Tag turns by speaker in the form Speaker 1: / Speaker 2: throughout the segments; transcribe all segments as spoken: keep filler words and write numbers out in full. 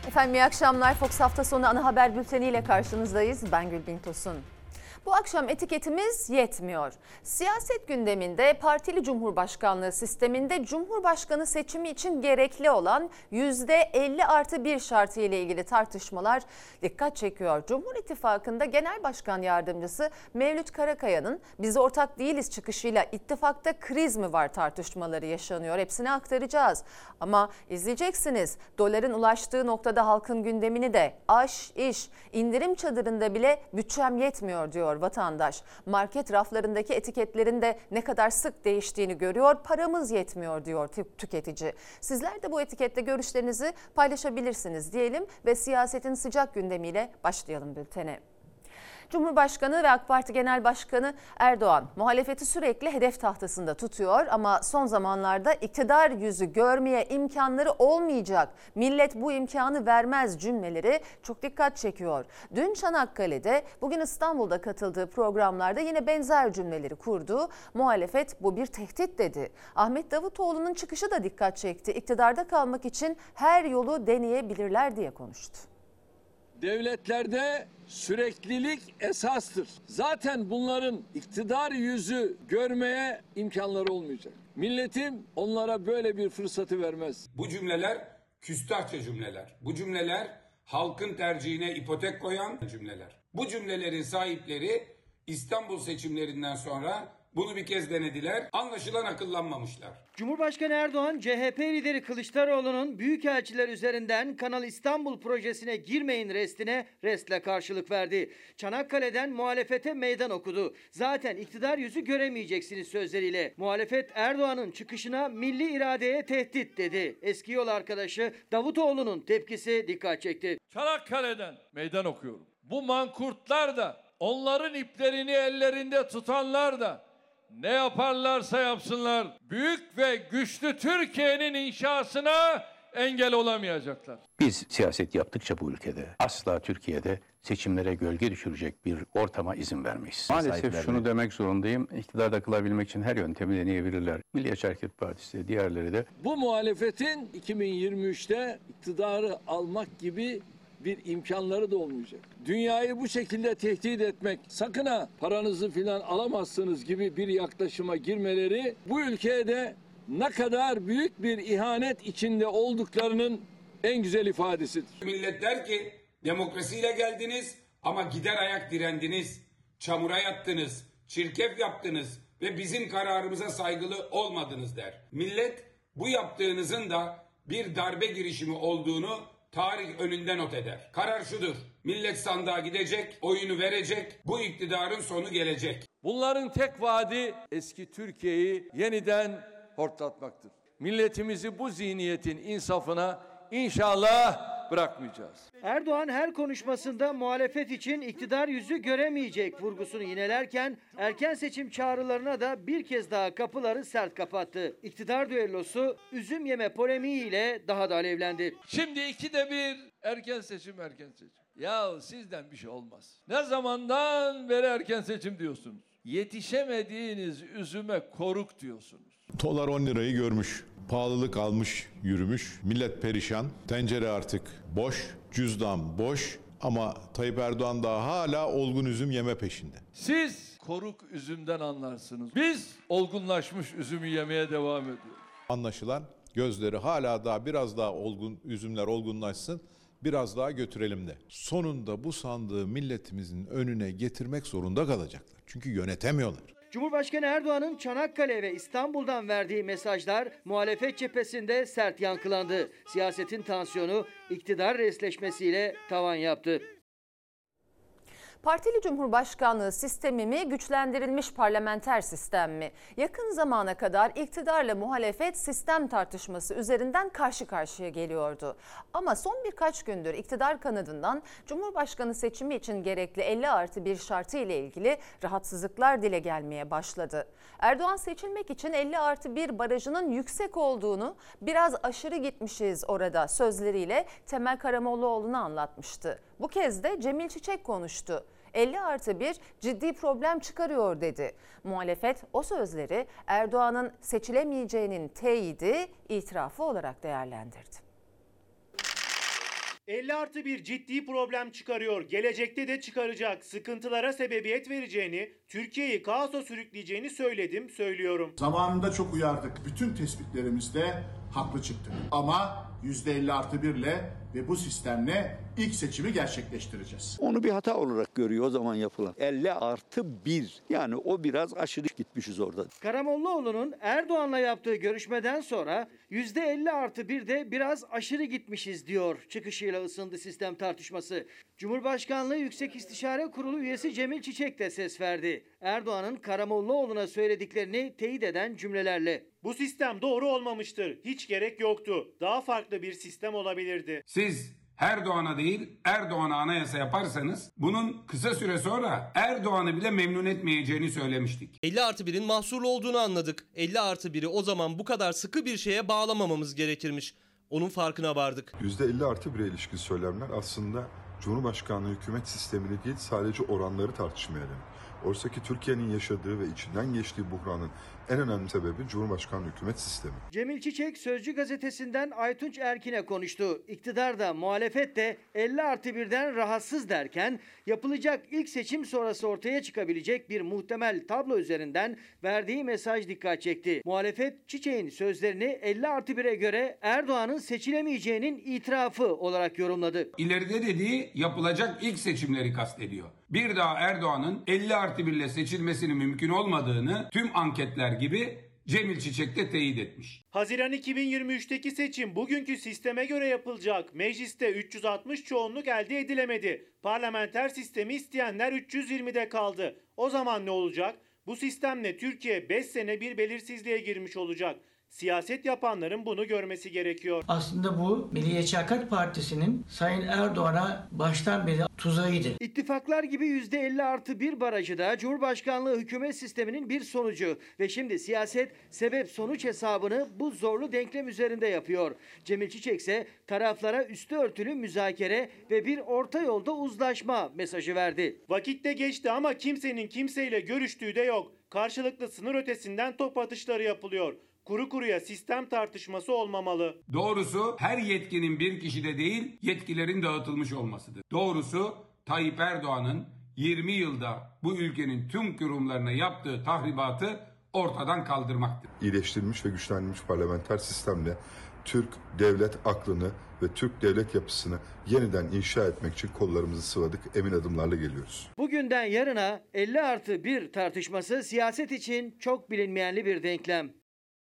Speaker 1: Efendim iyi akşamlar. Fox hafta sonu ana haber bülteniyle karşınızdayız. Ben Gülbin Tosun. Bu akşam etiketimiz yetmiyor. Siyaset gündeminde partili cumhurbaşkanlığı sisteminde cumhurbaşkanı seçimi için gerekli olan yüzde elli artı bir şartı ile ilgili tartışmalar dikkat çekiyor. Cumhur İttifakı'nda Genel Başkan Yardımcısı Mevlüt Karakaya'nın "biz ortak değiliz" çıkışıyla ittifakta kriz mi var tartışmaları yaşanıyor. Hepsini aktaracağız. Ama izleyeceksiniz, doların ulaştığı noktada halkın gündemini de aş, iş, indirim çadırında bile bütçem yetmiyor diyor vatandaş. Market raflarındaki etiketlerin de ne kadar sık değiştiğini görüyor. Paramız yetmiyor diyor tüketici. Sizler de bu etikette görüşlerinizi paylaşabilirsiniz diyelim ve siyasetin sıcak gündemiyle başlayalım bültene. Cumhurbaşkanı ve AK Parti Genel Başkanı Erdoğan muhalefeti sürekli hedef tahtasında tutuyor ama son zamanlarda iktidar yüzü görmeye imkanları olmayacak, millet bu imkanı vermez cümleleri çok dikkat çekiyor. Dün Çanakkale'de, bugün İstanbul'da katıldığı programlarda yine benzer cümleleri kurdu. Muhalefet bu bir tehdit dedi. Ahmet Davutoğlu'nun çıkışı da dikkat çekti. İktidarda kalmak için her yolu deneyebilirler diye konuştu.
Speaker 2: Devletlerde süreklilik esastır. Zaten bunların iktidar yüzü görmeye imkanları olmayacak. Milletim onlara böyle bir fırsatı vermez.
Speaker 3: Bu cümleler küstahça cümleler. Bu cümleler halkın tercihine ipotek koyan cümleler. Bu cümlelerin sahipleri İstanbul seçimlerinden sonra bunu bir kez denediler. Anlaşılan akıllanmamışlar.
Speaker 4: Cumhurbaşkanı Erdoğan, C H P lideri Kılıçdaroğlu'nun büyükelçiler üzerinden Kanal İstanbul projesine girmeyin restine restle karşılık verdi. Çanakkale'den muhalefete meydan okudu. Zaten iktidar yüzü göremeyeceksiniz sözleriyle. Muhalefet Erdoğan'ın çıkışına milli iradeye tehdit dedi. Eski yol arkadaşı Davutoğlu'nun tepkisi dikkat çekti.
Speaker 5: Çanakkale'den meydan okuyorum. Bu mankurtlar da, onların iplerini ellerinde tutanlar da ne yaparlarsa yapsınlar, büyük ve güçlü Türkiye'nin inşasına engel olamayacaklar.
Speaker 6: Biz siyaset yaptıkça bu ülkede asla Türkiye'de seçimlere gölge düşürecek bir ortama izin vermeyiz. Maalesef şunu demek zorundayım, iktidarda kalabilmek için her yöntemi deneyebilirler. Milliyetçi Hareket Partisi, diğerleri de.
Speaker 2: Bu muhalefetin iki bin yirmi üçte iktidarı almak gibi bir imkanları da olmayacak. Dünyayı bu şekilde tehdit etmek, sakın ha paranızı filan alamazsınız gibi bir yaklaşıma girmeleri bu ülkeye de ne kadar büyük bir ihanet içinde olduklarının en güzel ifadesidir.
Speaker 3: Millet der ki demokrasiyle geldiniz ama gider ayak direndiniz, çamura yattınız, çirkef yaptınız ve bizim kararımıza saygılı olmadınız der. Millet bu yaptığınızın da bir darbe girişimi olduğunu tarih önünde not eder. Karar şudur: millet sandığa gidecek, oyunu verecek, bu iktidarın sonu gelecek.
Speaker 5: Bunların tek vaadi eski Türkiye'yi yeniden hortlatmaktır. Milletimizi bu zihniyetin insafına inşallah bırakmayacağız.
Speaker 4: Erdoğan her konuşmasında muhalefet için iktidar yüzü göremeyecek vurgusunu yinelerken erken seçim çağrılarına da bir kez daha kapıları sert kapattı. İktidar düellosu üzüm yeme polemiğiyle daha da alevlendi.
Speaker 5: Şimdi ikide bir erken seçim erken seçim. Ya sizden bir şey olmaz. Ne zamandan beri erken seçim diyorsunuz? Yetişemediğiniz üzüme koruk diyorsunuz.
Speaker 7: Dolar on lirayı görmüş. Pahalılık almış, yürümüş. Millet perişan. Tencere artık boş, cüzdan boş ama Tayyip Erdoğan daha hala olgun üzüm yeme peşinde.
Speaker 5: Siz koruk üzümden anlarsınız. Biz olgunlaşmış üzümü yemeye devam ediyoruz.
Speaker 7: Anlaşılan gözleri hala daha biraz daha olgun üzümler olgunlaşsın, biraz daha götürelim de. Sonunda bu sandığı milletimizin önüne getirmek zorunda kalacaklar. Çünkü yönetemiyorlar.
Speaker 4: Cumhurbaşkanı Erdoğan'ın Çanakkale ve İstanbul'dan verdiği mesajlar muhalefet cephesinde sert yankılandı. Siyasetin tansiyonu iktidar resleşmesiyle tavan yaptı.
Speaker 1: Partili Cumhurbaşkanlığı sistemi mi, güçlendirilmiş parlamenter sistem mi? Yakın zamana kadar iktidarla muhalefet sistem tartışması üzerinden karşı karşıya geliyordu. Ama son birkaç gündür iktidar kanadından Cumhurbaşkanı seçimi için gerekli elli artı bir şartı ile ilgili rahatsızlıklar dile gelmeye başladı. Erdoğan seçilmek için elli artı bir barajının yüksek olduğunu, biraz aşırı gitmişiz orada sözleriyle Temel Karamollaoğlu'na anlatmıştı. Bu kez de Cemil Çiçek konuştu. elli artı bir ciddi problem çıkarıyor dedi. Muhalefet o sözleri Erdoğan'ın seçilemeyeceğinin teyidi, itirafı olarak değerlendirdi.
Speaker 8: elli artı bir ciddi problem çıkarıyor. Gelecekte de çıkaracak. Sıkıntılara sebebiyet vereceğini, Türkiye'yi kaosa sürükleyeceğini söyledim, söylüyorum.
Speaker 9: Zamanında çok uyardık. Bütün tespitlerimizde haklı çıktık. Ama yüzde elli artı bir ile ve bu sistemle ilk seçimi gerçekleştireceğiz.
Speaker 10: Onu bir hata olarak görüyor o zaman yapılan. elli artı bir. Yani o biraz aşırı gitmişiz orada.
Speaker 4: Karamollaoğlu'nun Erdoğan'la yaptığı görüşmeden sonra yüzde elli artı bir de biraz aşırı gitmişiz diyor. Çıkışıyla ısındı sistem tartışması. Cumhurbaşkanlığı Yüksek İstişare Kurulu üyesi Cemil Çiçek de ses verdi. Erdoğan'ın Karamollaoğlu'na söylediklerini teyit eden cümlelerle.
Speaker 8: Bu sistem doğru olmamıştır. Hiç gerek yoktu. Daha farklı bir sistem olabilirdi.
Speaker 3: Siz Erdoğan'a değil Erdoğan'a anayasa yaparsanız bunun kısa süre sonra Erdoğan'ı bile memnun etmeyeceğini söylemiştik.
Speaker 11: elli artı birin mahsurlu olduğunu anladık. elli artı biri o zaman bu kadar sıkı bir şeye bağlamamamız gerekirmiş. Onun farkına vardık.
Speaker 12: yüzde elli artı bire ilişkin söylemler aslında Cumhurbaşkanlığı hükümet sistemini değil sadece oranları tartışmaya yönelik. Oysa ki Türkiye'nin yaşadığı ve içinden geçtiği buhranın en önemli sebebi Cumhurbaşkanlığı hükümet sistemi.
Speaker 4: Cemil Çiçek Sözcü gazetesinden Aytunç Erkin'e konuştu. İktidar da muhalefet de elli artı birden rahatsız derken yapılacak ilk seçim sonrası ortaya çıkabilecek bir muhtemel tablo üzerinden verdiği mesaj dikkat çekti. Muhalefet Çiçek'in sözlerini elli artı bire göre Erdoğan'ın seçilemeyeceğinin itirafı olarak yorumladı.
Speaker 3: İleride dediği yapılacak ilk seçimleri kastediyor. Bir daha Erdoğan'ın elli artı bir ile seçilmesinin mümkün olmadığını tüm anketler gibi Cemil Çiçek de teyit etmiş.
Speaker 8: Haziran iki bin yirmi üçteki seçim bugünkü sisteme göre yapılacak. Mecliste üç yüz altmış çoğunluk elde edilemedi. Parlamenter sistemi isteyenler üç yüz yirmide kaldı. O zaman ne olacak? Bu sistemle Türkiye beş sene bir belirsizliğe girmiş olacak. Siyaset yapanların bunu görmesi gerekiyor.
Speaker 13: Aslında bu Milliyetçi Hareket Partisi'nin Sayın Erdoğan'a baştan beri tuzağıydı.
Speaker 4: İttifaklar gibi yüzde elli artı bir barajı da Cumhurbaşkanlığı hükümet sisteminin bir sonucu. Ve şimdi siyaset sebep sonuç hesabını bu zorlu denklem üzerinde yapıyor. Cemil Çiçek ise taraflara üstü örtülü müzakere ve bir orta yolda uzlaşma mesajı verdi.
Speaker 8: Vakit de geçti ama kimsenin kimseyle görüştüğü de yok. Karşılıklı sınır ötesinden top atışları yapılıyor. Kuru kuruya sistem tartışması olmamalı.
Speaker 3: Doğrusu her yetkinin bir kişide değil yetkilerin dağıtılmış olmasıdır. Doğrusu Tayyip Erdoğan'ın yirmi yılda bu ülkenin tüm kurumlarına yaptığı tahribatı ortadan kaldırmaktır.
Speaker 12: İyileştirilmiş ve güçlendirilmiş parlamenter sistemle Türk devlet aklını ve Türk devlet yapısını yeniden inşa etmek için kollarımızı sıvadık, emin adımlarla geliyoruz.
Speaker 4: Bugünden yarına elli artı bir tartışması siyaset için çok bilinmeyenli bir denklem.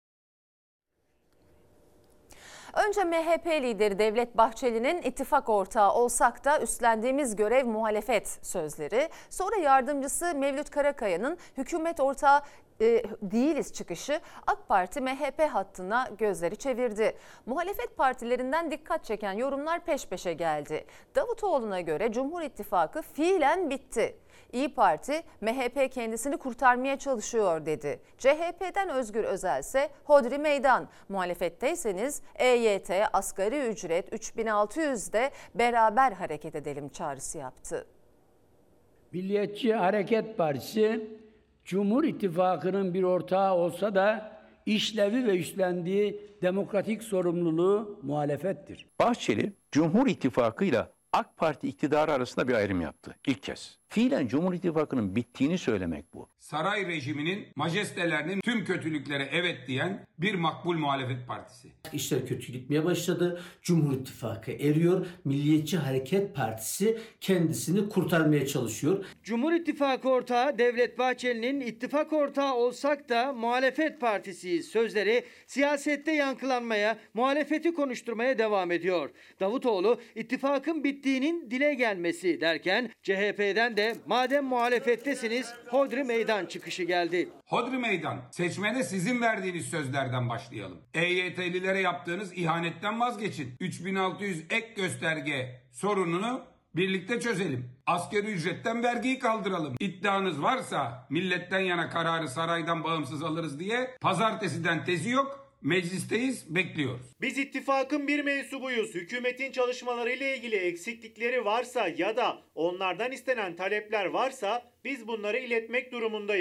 Speaker 1: Önce M H P lideri Devlet Bahçeli'nin ittifak ortağı olsak da üstlendiğimiz görev muhalefet sözleri, sonra yardımcısı Mevlüt Karakaya'nın hükümet ortağı e, değiliz çıkışı AK Parti M H P hattına gözleri çevirdi. Muhalefet partilerinden dikkat çeken yorumlar peş peşe geldi. Davutoğlu'na göre Cumhur İttifakı fiilen bitti. İYİ Parti M H P kendisini kurtarmaya çalışıyor dedi. C H P'den Özgür Özel ise hodri meydan. Muhalefetteyseniz E Y T, asgari ücret üç bin altı yüzde beraber hareket edelim çağrısı yaptı.
Speaker 14: Milliyetçi Hareket Partisi Cumhur İttifakı'nın bir ortağı olsa da işlevi ve üstlendiği demokratik sorumluluğu muhalefettir.
Speaker 6: Bahçeli Cumhur İttifakı'yla AK Parti iktidarı arasında bir ayrım yaptı ilk kez. Fiilen Cumhur İttifakı'nın bittiğini söylemek bu.
Speaker 3: Saray rejiminin majestelerinin tüm kötülüklere evet diyen bir makbul muhalefet partisi.
Speaker 13: İşler kötü gitmeye başladı. Cumhur İttifakı eriyor. Milliyetçi Hareket Partisi kendisini kurtarmaya çalışıyor.
Speaker 4: Cumhur İttifakı ortağı Devlet Bahçeli'nin ittifak ortağı olsak da muhalefet partisi sözleri siyasette yankılanmaya, muhalefeti konuşturmaya devam ediyor. Davutoğlu ittifakın bittiğinin dile gelmesi derken C H P'den de madem muhalefettesiniz hodri meydan çıkışı geldi.
Speaker 3: Hodri meydan. Seçmene sizin verdiğiniz sözlerden başlayalım. E Y T'lilere yaptığınız ihanetten vazgeçin. üç bin altı yüz ek gösterge sorununu birlikte çözelim. Asgari ücretten vergiyi kaldıralım. İddianız varsa milletten yana kararı saraydan bağımsız alırız diye pazartesiden tezi yok. Meclisteyiz, bekliyoruz.
Speaker 8: Biz ittifakın bir mensubuyuz. Hükümetin çalışmaları ile ilgili eksiklikleri varsa ya da onlardan istenen talepler varsa biz bunları iletmek durumundayız.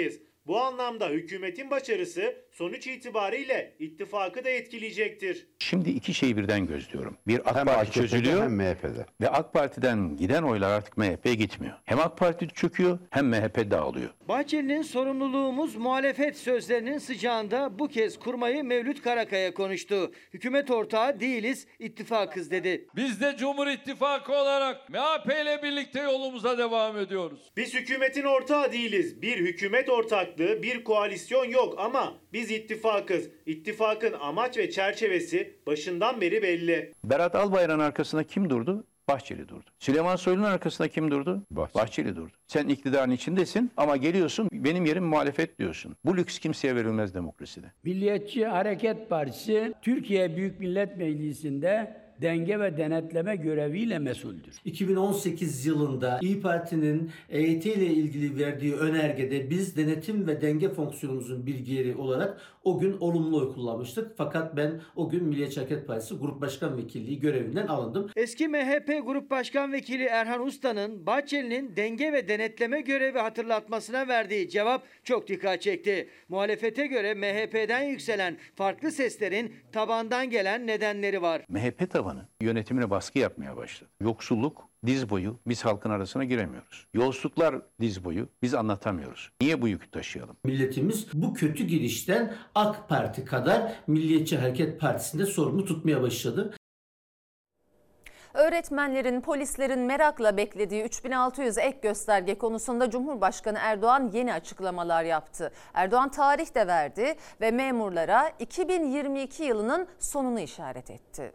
Speaker 8: Bu anlamda hükümetin başarısı sonuç itibariyle ittifakı da etkileyecektir.
Speaker 6: Şimdi iki şeyi birden gözlüyorum. Bir AK Parti çözülüyor
Speaker 15: hem M H P'de.
Speaker 6: Ve AK Parti'den giden oylar artık M H P'ye gitmiyor. Hem AK Parti çöküyor hem M H P dağılıyor.
Speaker 4: Bahçeli'nin sorumluluğumuz muhalefet sözlerinin sıcağında bu kez kurmayı Mevlüt Karakaya konuştu. Hükümet ortağı değiliz, ittifakız dedi.
Speaker 5: Biz de Cumhur İttifakı olarak M H P ile birlikte yolumuza devam ediyoruz.
Speaker 8: Biz hükümetin ortağı değiliz. Bir hükümet ortaklığı, bir koalisyon yok ama biz ittifakız. İttifakın amaç ve çerçevesi başından beri belli.
Speaker 6: Berat Albayrak'ın arkasında kim durdu? Bahçeli durdu. Süleyman Soylu'nun arkasında kim durdu? Bahçeli. Bahçeli durdu. Sen iktidarın içindesin ama geliyorsun benim yerim muhalefet diyorsun. Bu lüks kimseye verilmez demokraside.
Speaker 14: Milliyetçi Hareket Partisi Türkiye Büyük Millet Meclisi'nde denge ve denetleme göreviyle mesuldür.
Speaker 13: iki bin on sekiz yılında İYİ Parti'nin E Y T ile ilgili verdiği önergede biz denetim ve denge fonksiyonumuzun bir gereği olarak o gün olumlu oy kullanmıştık. Fakat ben o gün Milliyetçi Hareket Partisi Grup Başkan Vekilliği görevinden alındım.
Speaker 4: Eski M H P Grup Başkan Vekili Erhan Usta'nın Bahçeli'nin denge ve denetleme görevi hatırlatmasına verdiği cevap çok dikkat çekti. Muhalefete göre M H P'den yükselen farklı seslerin tabandan gelen nedenleri var.
Speaker 6: M H P tabanı yönetimine baskı yapmaya başladı. Yoksulluk diz boyu, biz halkın arasına giremiyoruz. Yolsuzluklar diz boyu, biz anlatamıyoruz. Niye bu yükü taşıyalım?
Speaker 13: Milletimiz bu kötü girişten AK Parti kadar Milliyetçi Hareket Partisi'nde sorumlu tutmaya başladı.
Speaker 1: Öğretmenlerin, polislerin merakla beklediği üç bin altı yüz ek gösterge konusunda Cumhurbaşkanı Erdoğan yeni açıklamalar yaptı. Erdoğan tarih de verdi ve memurlara iki bin yirmi iki yılının sonunu işaret etti.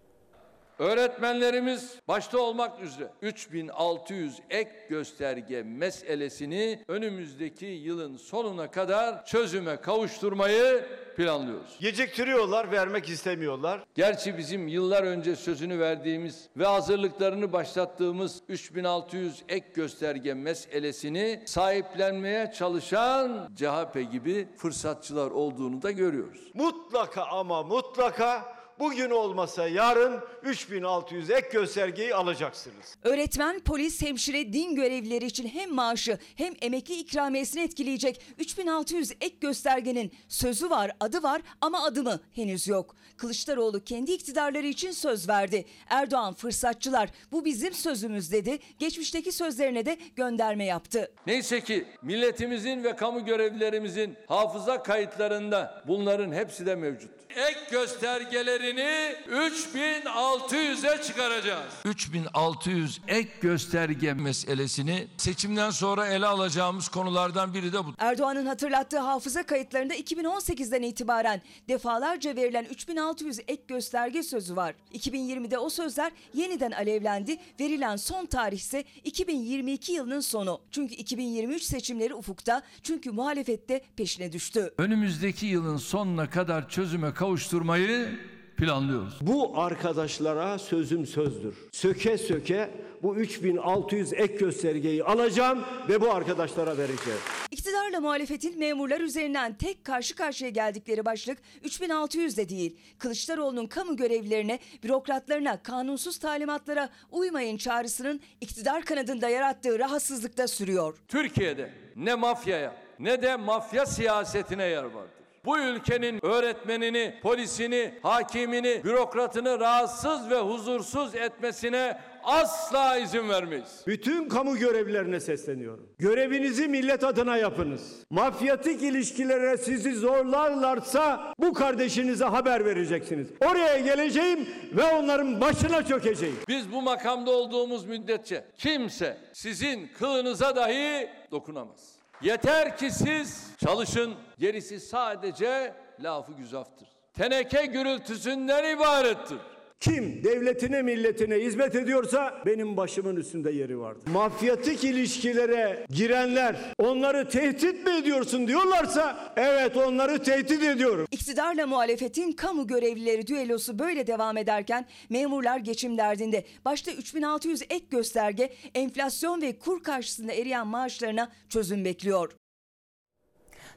Speaker 5: Öğretmenlerimiz başta olmak üzere üç bin altı yüz ek gösterge meselesini önümüzdeki yılın sonuna kadar çözüme kavuşturmayı planlıyoruz.
Speaker 16: Geciktiriyorlar, vermek istemiyorlar.
Speaker 5: Gerçi bizim yıllar önce sözünü verdiğimiz ve hazırlıklarını başlattığımız üç bin altı yüz ek gösterge meselesini sahiplenmeye çalışan C H P gibi fırsatçılar olduğunu da görüyoruz.
Speaker 16: Mutlaka ama mutlaka bugün olmasa yarın üç bin altı yüz ek göstergeyi alacaksınız.
Speaker 17: Öğretmen, polis, hemşire, din görevlileri için hem maaşı hem emekli ikramiyesini etkileyecek üç bin altı yüz ek göstergenin sözü var, adı var ama adımı henüz yok. Kılıçdaroğlu kendi iktidarları için söz verdi. Erdoğan fırsatçılar bu bizim sözümüz dedi. Geçmişteki sözlerine de gönderme yaptı.
Speaker 5: Neyse ki milletimizin ve kamu görevlilerimizin hafıza kayıtlarında bunların hepsi de mevcut. Ek göstergelerini üç bin altı yüze çıkaracağız. üç bin altı yüz ek gösterge meselesini seçimden sonra ele alacağımız konulardan biri de bu.
Speaker 17: Erdoğan'ın hatırlattığı hafıza kayıtlarında iki bin on sekizden itibaren defalarca verilen üç bin altı yüz ek gösterge sözü var. iki bin yirmide o sözler yeniden alevlendi. Verilen son tarih ise iki bin yirmi iki yılının sonu. Çünkü iki bin yirmi üç seçimleri ufukta. Çünkü muhalefette peşine düştü.
Speaker 5: Önümüzdeki yılın sonuna kadar çözüme kavuşturmayı planlıyoruz.
Speaker 16: Bu arkadaşlara sözüm sözdür. Söke söke bu üç bin altı yüz ek göstergeyi alacağım ve bu arkadaşlara vereceğim.
Speaker 17: İktidarla muhalefetin memurlar üzerinden tek karşı karşıya geldikleri başlık üç bin altı yüz de değil. Kılıçdaroğlu'nun kamu görevlilerine, bürokratlarına, kanunsuz talimatlara uymayın çağrısının iktidar kanadında yarattığı rahatsızlıkta sürüyor.
Speaker 5: Türkiye'de ne mafyaya ne de mafya siyasetine yer vardır. Bu ülkenin öğretmenini, polisini, hakimini, bürokratını rahatsız ve huzursuz etmesine asla izin vermeyiz.
Speaker 16: Bütün kamu görevlilerine sesleniyorum. Görevinizi millet adına yapınız. Mafyatik ilişkilere sizi zorlarlarsa bu kardeşinize haber vereceksiniz. Oraya geleceğim ve onların başına çökeceğim.
Speaker 5: Biz bu makamda olduğumuz müddetçe kimse sizin kılınıza dahi dokunamaz. Yeter ki siz çalışın, gerisi sadece lafı güzaftır. Teneke gürültüsünden ibarettir.
Speaker 16: Kim devletine milletine hizmet ediyorsa benim başımın üstünde yeri vardır. Mafyatik ilişkilere girenler onları tehdit mi ediyorsun diyorlarsa evet onları tehdit ediyorum.
Speaker 17: İktidarla muhalefetin kamu görevlileri düellosu böyle devam ederken memurlar geçim derdinde. Başta üç bin altı yüz ek gösterge enflasyon ve kur karşısında eriyen maaşlarına çözüm bekliyor.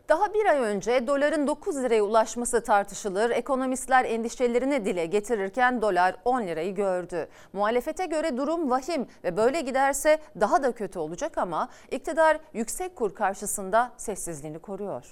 Speaker 1: Daha bir ay önce doların dokuz liraya ulaşması tartışılır, ekonomistler endişelerini dile getirirken dolar on lirayı gördü. Muhalefete göre durum vahim ve böyle giderse daha da kötü olacak ama iktidar yüksek kur karşısında sessizliğini koruyor.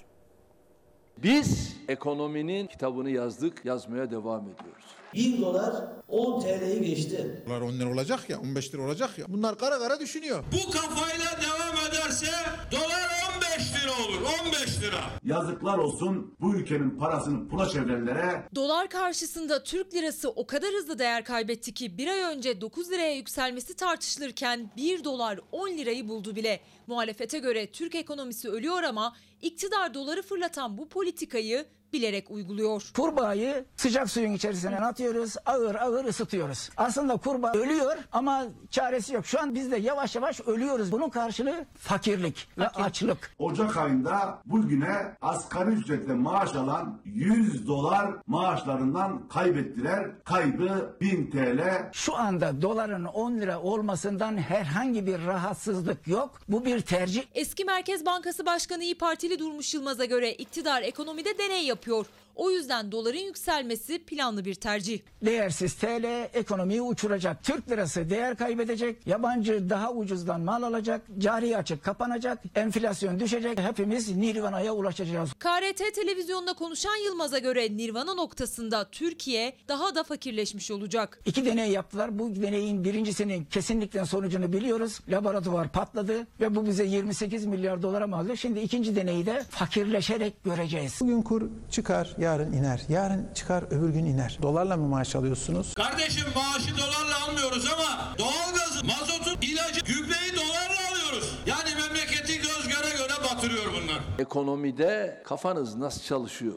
Speaker 2: Biz ekonominin kitabını yazdık, yazmaya devam ediyoruz.
Speaker 15: bir dolar on T L'yi geçti.
Speaker 18: Dolar on lira olacak ya, on beş lira olacak ya. Bunlar kara kara düşünüyor.
Speaker 19: Bu kafayla devam ederse dolar on beş lira olur, on beş lira.
Speaker 20: Yazıklar olsun bu ülkenin parasını pula çevirenlere.
Speaker 21: Dolar karşısında Türk lirası o kadar hızlı değer kaybetti ki bir ay önce dokuz liraya yükselmesi tartışılırken bir dolar on lirayı buldu bile. Muhalefete göre Türk ekonomisi ölüyor ama iktidar doları fırlatan bu politikayı bilerek uyguluyor.
Speaker 22: Kurbağayı sıcak suyun içerisine atıyoruz, ağır ağır ısıtıyoruz. Aslında kurbağa ölüyor ama çaresi yok. Şu an biz de yavaş yavaş ölüyoruz. Bunun karşılığı fakirlik ve açlık.
Speaker 20: Ocak ayında bugüne asgari ücretle maaş alan yüz dolar maaşlarından kaybettiler. Kaybı bin T L.
Speaker 22: Şu anda doların on lira olmasından herhangi bir rahatsızlık yok. Bu bir tercih.
Speaker 21: Eski Merkez Bankası Başkanı İYİ Partili Durmuş Yılmaz'a göre iktidar ekonomide deney yapıyor. O yüzden doların yükselmesi planlı bir tercih.
Speaker 22: Değersiz T L ekonomiyi uçuracak. Türk lirası değer kaybedecek. Yabancı daha ucuzdan mal alacak. Cari açık kapanacak. Enflasyon düşecek. Hepimiz Nirvana'ya ulaşacağız.
Speaker 21: K R T televizyonda konuşan Yılmaz'a göre Nirvana noktasında Türkiye daha da fakirleşmiş olacak.
Speaker 22: İki deney yaptılar. Bu deneyin birincisinin kesinlikle sonucunu biliyoruz. Laboratuvar patladı ve bu bize yirmi sekiz milyar dolara mal aldı. Şimdi ikinci deneyi de fakirleşerek göreceğiz.
Speaker 23: Bugün kur çıkar, yarın iner. Yarın çıkar, öbür gün iner. Dolarla mı maaş alıyorsunuz?
Speaker 19: Kardeşim maaşı dolarla almıyoruz ama doğalgazı, mazotu, ilacı, gübreyi dolarla alıyoruz. Yani memleketi göz göre göre batırıyor bunlar.
Speaker 2: Ekonomide kafanız nasıl çalışıyor?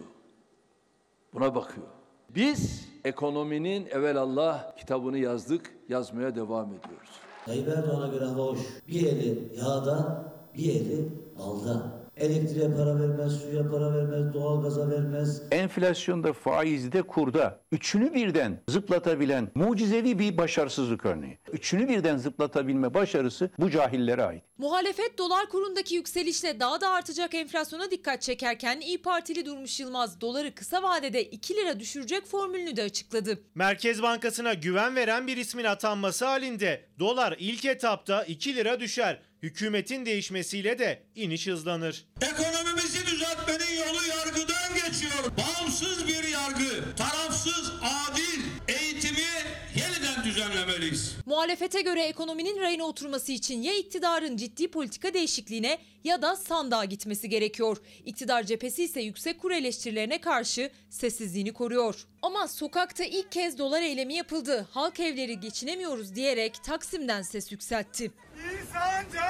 Speaker 2: Buna bakıyor. Biz ekonominin evelallah kitabını yazdık, yazmaya devam ediyoruz.
Speaker 15: Tayyip Erdoğan'a göre hava hoş. Bir eli yağda, bir eli balda. Elektriğe para vermez, suya para vermez, doğalgaza vermez.
Speaker 6: Enflasyonda, faizde, kurda üçünü birden zıplatabilen mucizevi bir başarısızlık örneği. Üçünü birden zıplatabilme başarısı bu cahillere ait.
Speaker 21: Muhalefet dolar kurundaki yükselişle daha da artacak enflasyona dikkat çekerken İYİ Partili Durmuş Yılmaz doları kısa vadede iki lira düşürecek formülünü de açıkladı.
Speaker 8: Merkez Bankası'na güven veren bir ismin atanması halinde dolar ilk etapta iki lira düşer. Hükümetin değişmesiyle de iniş hızlanır.
Speaker 19: Ekonomimizi düzeltmenin yolu yargıdan geçiyor. Bağımsız bir yargı, tarafsız, adil eğitimi yeniden düzenlemeliyiz.
Speaker 21: Muhalefete göre ekonominin rayına oturması için ya iktidarın ciddi politika değişikliğine ya da sandığa gitmesi gerekiyor. İktidar cephesi ise yüksek kur eleştirilerine karşı sessizliğini koruyor. Ama sokakta ilk kez dolar eylemi yapıldı. Halk evleri geçinemiyoruz diyerek Taksim'den ses yükseltti.
Speaker 19: İnsanca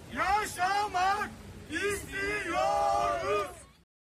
Speaker 19: yaşamak istiyoruz.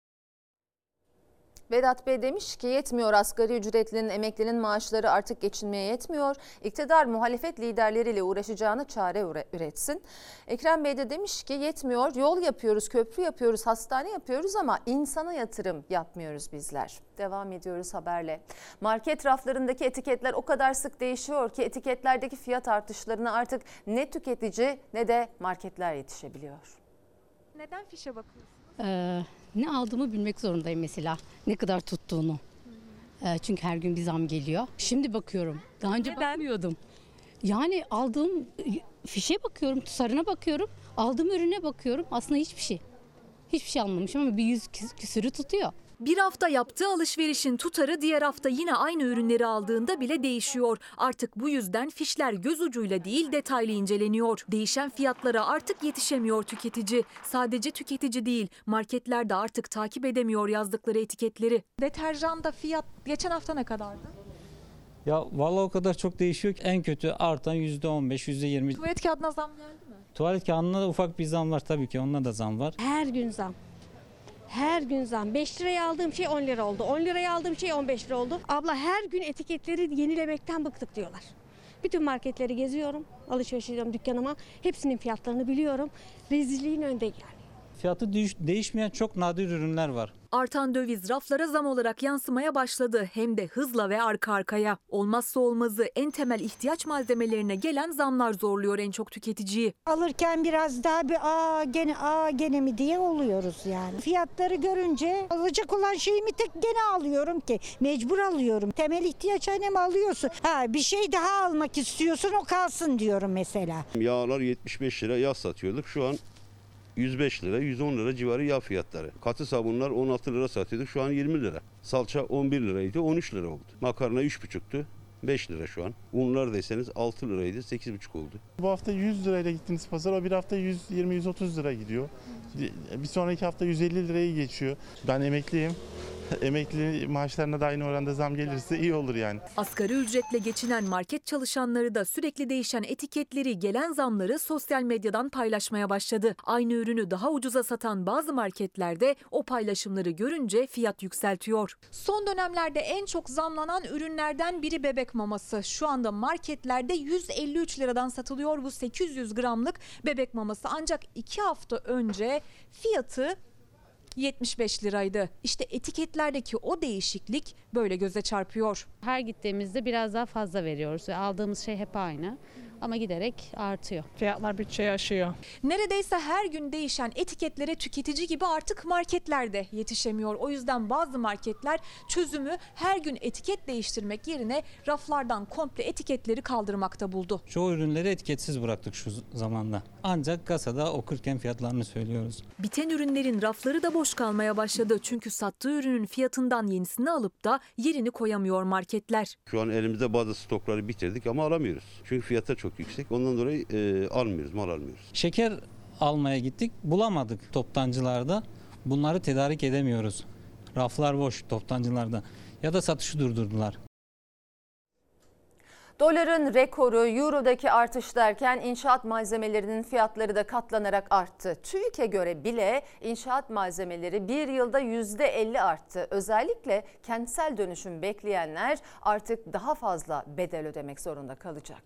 Speaker 1: Vedat Bey demiş ki yetmiyor, asgari ücretlinin, emeklinin maaşları artık geçinmeye yetmiyor. İktidar muhalefet liderleriyle uğraşacağını çare üretsin. Ekrem Bey de demiş ki yetmiyor, yol yapıyoruz, köprü yapıyoruz, hastane yapıyoruz ama insana yatırım yapmıyoruz bizler. Devam ediyoruz haberle. Market raflarındaki etiketler o kadar sık değişiyor ki etiketlerdeki fiyat artışlarına artık ne tüketici ne de marketler yetişebiliyor.
Speaker 24: Neden fişe bakıyorsunuz?
Speaker 25: Ee, ne aldığımı bilmek zorundayım mesela. Ne kadar tuttuğunu. Ee, çünkü her gün bir zam geliyor. Şimdi bakıyorum. Daha önce
Speaker 24: Neden?
Speaker 25: bakmıyordum. Yani aldığım fişe bakıyorum, tutarına bakıyorum. Aldığım ürüne bakıyorum. Aslında hiçbir şey. Hiçbir şey almamışım ama bir yüz küsürü tutuyor.
Speaker 24: Bir hafta yaptığı alışverişin tutarı diğer hafta yine aynı ürünleri aldığında bile değişiyor. Artık bu yüzden fişler göz ucuyla değil detaylı inceleniyor. Değişen fiyatlara artık yetişemiyor tüketici. Sadece tüketici değil, marketler de artık takip edemiyor yazdıkları etiketleri. Deterjanda fiyat geçen hafta ne kadardı?
Speaker 26: Ya vallahi o kadar çok değişiyor ki en kötü artan yüzde on beş, yüzde yirmi.
Speaker 24: Tuvalet kağıdına zam geldi mi?
Speaker 26: Tuvalet kağıdına da ufak bir zam var tabii ki, onunla da zam var.
Speaker 27: Her gün zam. Her gün zam. beş liraya aldığım şey on lira oldu. on liraya aldığım şey on beş lira oldu. Abla her gün etiketleri yenilemekten bıktık diyorlar. Bütün marketleri geziyorum. Alışveriş ediyorum dükkanıma. Hepsinin fiyatlarını biliyorum. Rezilliğin önde yani.
Speaker 26: Fiyatı değişmeyen çok nadir ürünler var.
Speaker 24: Artan döviz raflara zam olarak yansımaya başladı. Hem de hızla ve arka arkaya. Olmazsa olmazı en temel ihtiyaç malzemelerine gelen zamlar zorluyor en çok tüketiciyi.
Speaker 3: Alırken biraz daha bir aa gene aa gene mi diye oluyoruz yani. Fiyatları görünce alacak olan şeyimi tek gene alıyorum ki. Mecbur alıyorum. Temel ihtiyaç annemi alıyorsun. Ha bir şey daha almak istiyorsun o kalsın diyorum mesela.
Speaker 7: Yağlar yetmiş beş lira yağ satıyorduk. Şu an yüz beş lira, yüz on lira civarı yağ fiyatları. Katı sabunlar on altı lira satıyorduk. Şu an yirmi lira. Salça on bir liraydı, on üç lira oldu. Makarna üç buçuktu. beş lira şu an. Unlar deseniz altı liraydı, sekiz buçuk oldu.
Speaker 9: Bu hafta yüz lirayla gittiğiniz pazara bir hafta yüz yirmi yüz otuz lira gidiyor. Bir sonraki hafta yüz elli lirayı geçiyor. Ben emekliyim. Emekli maaşlarına da aynı oranda zam gelirse iyi olur yani.
Speaker 24: Asgari ücretle geçinen market çalışanları da sürekli değişen etiketleri, gelen zamları sosyal medyadan paylaşmaya başladı. Aynı ürünü daha ucuza satan bazı marketlerde o paylaşımları görünce fiyat yükseltiyor. Son dönemlerde en çok zamlanan ürünlerden biri bebek maması. Şu anda marketlerde yüz elli üç liradan satılıyor bu sekiz yüz gramlık bebek maması. Ancak iki hafta önce fiyatı yetmiş beş liraydı. İşte etiketlerdeki o değişiklik böyle göze çarpıyor.
Speaker 25: Her gittiğimizde biraz daha fazla veriyoruz ve aldığımız şey hep aynı ama giderek artıyor.
Speaker 24: Fiyatlar bütçeyi aşıyor. Neredeyse her gün değişen etiketlere tüketici gibi artık marketler de yetişemiyor. O yüzden bazı marketler çözümü her gün etiket değiştirmek yerine raflardan komple etiketleri kaldırmakta buldu.
Speaker 26: Çoğu ürünleri etiketsiz bıraktık şu zamanda. Ancak kasada okurken fiyatlarını söylüyoruz.
Speaker 24: Biten ürünlerin rafları da boş kalmaya başladı. Çünkü sattığı ürünün fiyatından yenisini alıp da yerini koyamıyor marketler.
Speaker 7: Şu an elimizde bazı stokları bitirdik ama alamıyoruz. Çünkü fiyatlar çok yüksek. Ondan dolayı e, almıyoruz, mal almıyoruz.
Speaker 26: Şeker almaya gittik, bulamadık toptancılarda. Bunları tedarik edemiyoruz. Raflar boş toptancılarda ya da satışı durdurdular.
Speaker 1: Doların rekoru, eurodaki artış derken inşaat malzemelerinin fiyatları da katlanarak arttı. TÜİK'e göre bile inşaat malzemeleri bir yılda yüzde elli arttı. Özellikle kentsel dönüşüm bekleyenler artık daha fazla bedel ödemek zorunda kalacak.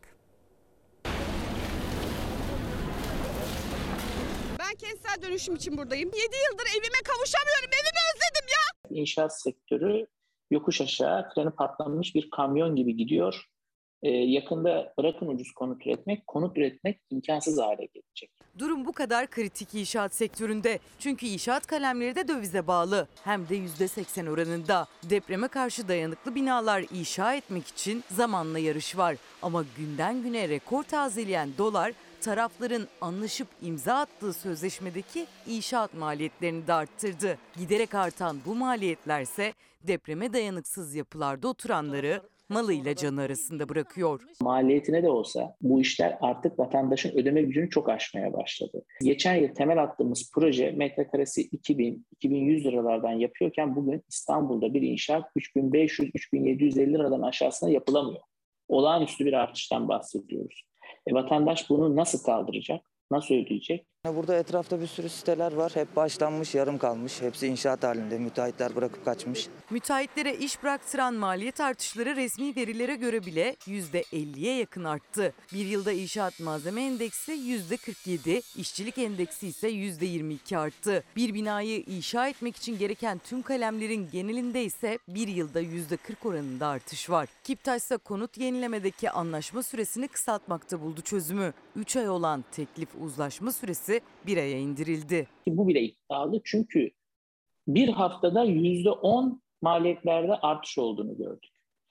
Speaker 10: Ben kentsel dönüşüm için buradayım. yedi yıldır evime kavuşamıyorum. Evimi özledim ya.
Speaker 11: İnşaat sektörü yokuş aşağı freni patlamış bir kamyon gibi gidiyor. Ee, yakında bırakın ucuz konut üretmek, konut üretmek imkansız hale gelecek.
Speaker 12: Durum bu kadar kritik inşaat sektöründe. Çünkü inşaat kalemleri de dövize bağlı. Hem de yüzde seksen oranında. Depreme karşı dayanıklı binalar inşa etmek için zamanla yarış var. Ama günden güne rekor tazeleyen dolar, tarafların anlaşıp imza attığı sözleşmedeki inşaat maliyetlerini de arttırdı. Giderek artan bu maliyetlerse depreme dayanıksız yapılarda oturanları malıyla canı arasında bırakıyor.
Speaker 11: Maliyetine de olsa bu işler artık vatandaşın ödeme gücünü çok aşmaya başladı. Geçen yıl temel attığımız proje metrekaresi iki bin iki bin yüz liralardan yapıyorken bugün İstanbul'da bir inşaat üç bin beş yüz üç bin yedi yüz elli liradan aşağısına yapılamıyor. Olağanüstü bir artıştan bahsediyoruz. E, vatandaş bunu nasıl kaldıracak? Nasıl ödeyecek?
Speaker 14: Burada etrafta bir sürü siteler var. Hep başlanmış, yarım kalmış. Hepsi inşaat halinde. Müteahhitler bırakıp kaçmış.
Speaker 12: Müteahhitlere iş bıraktıran maliyet artışları resmi verilere göre bile yüzde elliye yakın arttı. Bir yılda inşaat malzeme endeksi yüzde kırk yedi, işçilik endeksi ise yüzde yirmi iki arttı. Bir binayı inşa etmek için gereken tüm kalemlerin genelinde ise bir yılda yüzde kırk oranında artış var. Kiptaş ise konut yenilemedeki anlaşma süresini kısaltmakta buldu çözümü. üç ay olan teklif uzlaşma süresi bir aya indirildi.
Speaker 11: Bu bile iddialı çünkü bir haftada yüzde on maliyetlerde artış olduğunu gördük.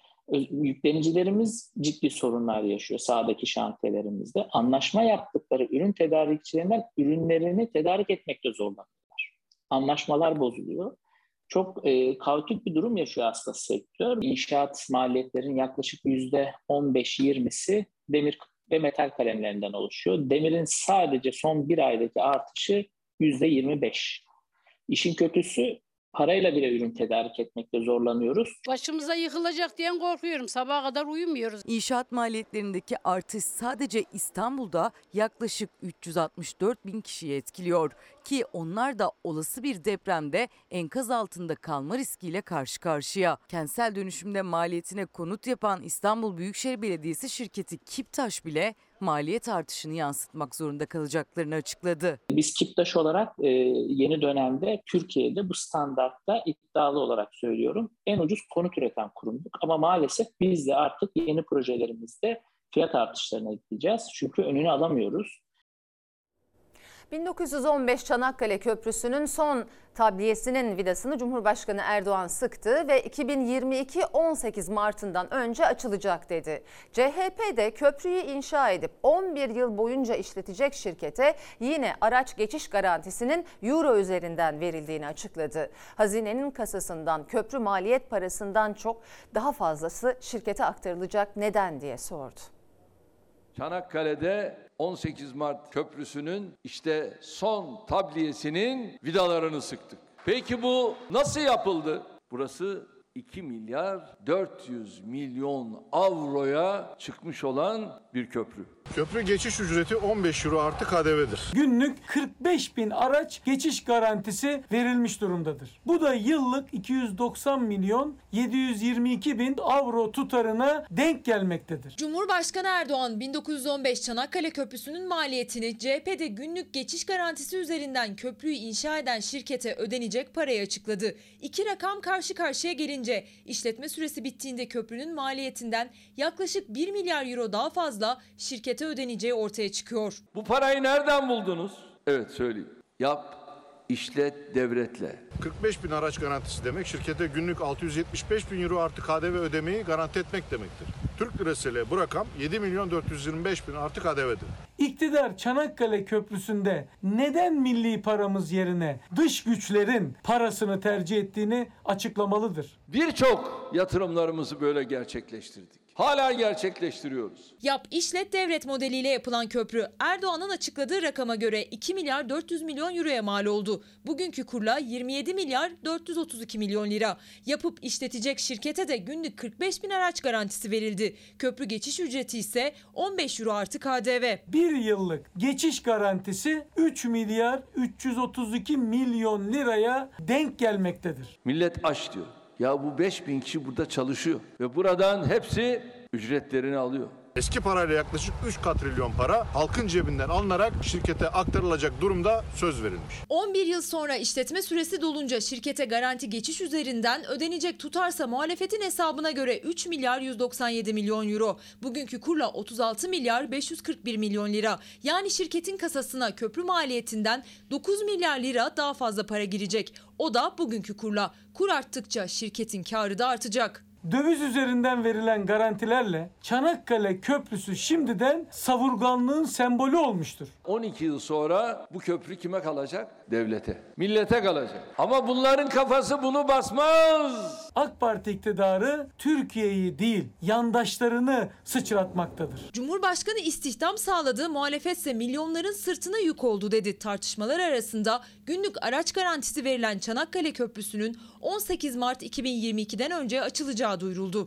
Speaker 11: Yüklenicilerimiz ciddi sorunlar yaşıyor sahadaki şantiyelerimizde. Anlaşma yaptıkları ürün tedarikçilerinden ürünlerini tedarik etmekte zorlanıyorlar. Anlaşmalar bozuluyor. Çok e, kaotik bir durum yaşıyor aslında sektör. İnşaat maliyetlerinin yaklaşık yüzde on beş yirmisi demir ve metal kalemlerinden oluşuyor. Demirin sadece son bir aydaki artışı yüzde yirmi beş. İşin kötüsü parayla bile ürün tedarik etmekte zorlanıyoruz.
Speaker 28: Başımıza yıkılacak diyen korkuyorum. Sabaha kadar uyumuyoruz.
Speaker 12: İnşaat maliyetlerindeki artış sadece İstanbul'da yaklaşık üç yüz altmış dört bin kişiyi etkiliyor. Ki onlar da olası bir depremde enkaz altında kalma riskiyle karşı karşıya. Kentsel dönüşümde maliyetine konut yapan İstanbul Büyükşehir Belediyesi şirketi Kiptaş bile maliyet artışını yansıtmak zorunda kalacaklarını açıkladı.
Speaker 11: Biz Kiptaş olarak e, yeni dönemde Türkiye'de bu standartta iddialı olarak söylüyorum en ucuz konut üreten kurumduk. Ama maalesef biz de artık yeni projelerimizde fiyat artışlarına gideceğiz. Çünkü önünü alamıyoruz.
Speaker 1: bin dokuz yüz on beş Çanakkale Köprüsü'nün son tabliyesinin vidasını Cumhurbaşkanı Erdoğan sıktı ve iki bin yirmi iki on sekiz Mart'ından önce açılacak dedi. C H P de köprüyü inşa edip on bir yıl boyunca işletecek şirkete yine araç geçiş garantisinin euro üzerinden verildiğini açıkladı. Hazinenin kasasından köprü maliyet parasından çok daha fazlası şirkete aktarılacak, neden diye sordu.
Speaker 2: Çanakkale'de on sekiz Mart Köprüsü'nün işte son tabliyesinin vidalarını sıktık. Peki bu nasıl yapıldı? Burası iki milyar dört yüz milyon avroya çıkmış olan bir köprü.
Speaker 4: Köprü geçiş ücreti on beş euro artı K D V'dir.
Speaker 5: Günlük kırk beş bin araç geçiş garantisi verilmiş durumdadır. Bu da yıllık iki yüz doksan milyon yedi yüz yirmi iki bin avro tutarına denk gelmektedir.
Speaker 21: Cumhurbaşkanı Erdoğan bin dokuz yüz on beş Çanakkale Köprüsü'nün maliyetini C H P'de günlük geçiş garantisi üzerinden köprüyü inşa eden şirkete ödenecek parayı açıkladı. İki rakam karşı karşıya gelince işletme süresi bittiğinde köprünün maliyetinden yaklaşık bir milyar euro daha fazla şirkete ödeneceği ortaya çıkıyor.
Speaker 2: Bu parayı nereden buldunuz? Evet söyleyeyim. Yap, işlet, devretle.
Speaker 4: kırk beş bin araç garantisi demek şirkete günlük altı yüz yetmiş beş bin euro artı K D V ödemeyi garanti etmek demektir. Türk lirasıyla bu rakam yedi milyon dört yüz yirmi beş bin artı K D V'dir.
Speaker 5: İktidar Çanakkale Köprüsü'nde neden milli paramız yerine dış güçlerin parasını tercih ettiğini açıklamalıdır.
Speaker 2: Birçok yatırımlarımızı böyle gerçekleştirdik. Hala gerçekleştiriyoruz.
Speaker 21: Yap, işlet, devret modeliyle yapılan köprü Erdoğan'ın açıkladığı rakama göre iki milyar dört yüz milyon euroya mal oldu. Bugünkü kurla yirmi yedi milyar dört yüz otuz iki milyon lira. Yapıp işletecek şirkete de günlük kırk beş bin araç garantisi verildi. Köprü geçiş ücreti ise on beş euro artı K D V.
Speaker 5: Bir yıllık geçiş garantisi üç milyar üç yüz otuz iki milyon liraya denk gelmektedir.
Speaker 2: Millet aç diyor. Ya bu beş bin kişi burada çalışıyor ve buradan hepsi ücretlerini alıyor.
Speaker 4: Eski parayla yaklaşık üç katrilyon para halkın cebinden alınarak şirkete aktarılacak durumda söz verilmiş.
Speaker 21: on bir yıl sonra işletme süresi dolunca şirkete garanti geçiş üzerinden ödenecek tutarsa muhalefetin hesabına göre üç milyar yüz doksan yedi milyon euro. Bugünkü kurla otuz altı milyar beş yüz kırk bir milyon lira. Yani şirketin kasasına köprü maliyetinden dokuz milyar lira daha fazla para girecek. O da bugünkü kurla. Kur arttıkça şirketin karı da artacak.
Speaker 5: Döviz üzerinden verilen garantilerle Çanakkale Köprüsü şimdiden savurganlığın sembolü olmuştur.
Speaker 2: on iki yıl sonra bu köprü kime kalacak? Devlete, millete kalacak. Ama bunların kafası bunu basmaz.
Speaker 5: AK Parti iktidarı Türkiye'yi değil, yandaşlarını sıçratmaktadır.
Speaker 21: Cumhurbaşkanı istihdam sağladığı, muhalefetse milyonların sırtına yük oldu dedi. Tartışmalar arasında günlük araç garantisi verilen Çanakkale Köprüsü'nün on sekiz Mart iki bin yirmi iki'den önce açılacağı duyuruldu.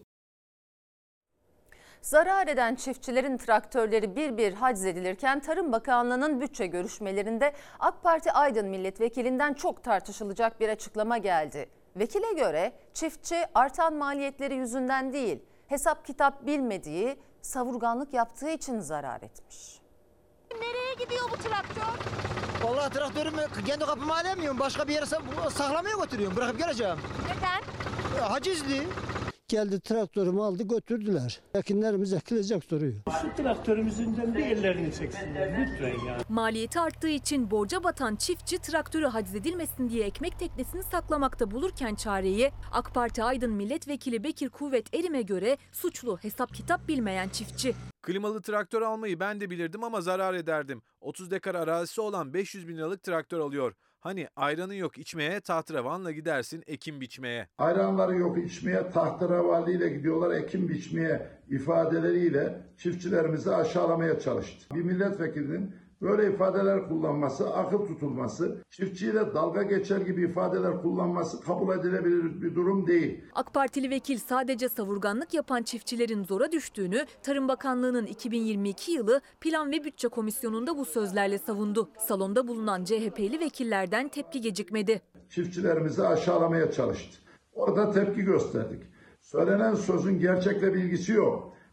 Speaker 1: Zarar eden çiftçilerin traktörleri bir bir haczedilirken Tarım Bakanlığı'nın bütçe görüşmelerinde AK Parti Aydın Milletvekilinden çok tartışılacak bir açıklama geldi. Vekile göre çiftçi artan maliyetleri yüzünden değil, hesap kitap bilmediği, savurganlık yaptığı için zarar etmiş.
Speaker 13: Nereye gidiyor bu traktör?
Speaker 16: Vallahi traktörümü kendi kapıma alamıyorum. Başka bir yere saklamaya götürüyorum. Bırakıp geleceğim.
Speaker 13: Neden?
Speaker 16: Hacizli.
Speaker 17: Geldi traktörümü aldı götürdüler. Ekinlerimiz ekilecek duruyor.
Speaker 18: Şu traktörümüzün bir ellerini çeksinler lütfen ya.
Speaker 24: Maliyeti arttığı için borca batan çiftçi traktörü haczedilmesin diye ekmek teknesini saklamakta bulurken çareyi AK Parti Aydın Milletvekili Bekir Kuvvet Erim'e göre suçlu hesap kitap bilmeyen çiftçi.
Speaker 20: Klimalı traktör almayı ben de bilirdim ama zarar ederdim. otuz dekar arazisi olan beş yüz bin liralık traktör alıyor. Hani ayranı yok içmeye, tahterevanla gidersin ekim biçmeye.
Speaker 22: Ayranları yok içmeye, tahterevalliyle gidiyorlar ekim biçmeye ifadeleriyle çiftçilerimizi aşağılamaya çalıştı. Bir milletvekilinin böyle ifadeler kullanması, akıl tutulması, çiftçiyle dalga geçer gibi ifadeler kullanması kabul edilebilir bir durum değil.
Speaker 24: AK Partili vekil sadece savurganlık yapan çiftçilerin zora düştüğünü, Tarım Bakanlığı'nın iki bin yirmi iki yılı Plan ve Bütçe Komisyonu'nda bu sözlerle savundu. Salonda bulunan C H P'li vekillerden tepki gecikmedi.
Speaker 22: Çiftçilerimizi aşağılamaya çalıştı. Orada tepki gösterdik. Söylenen sözün gerçekle bilgisi yok.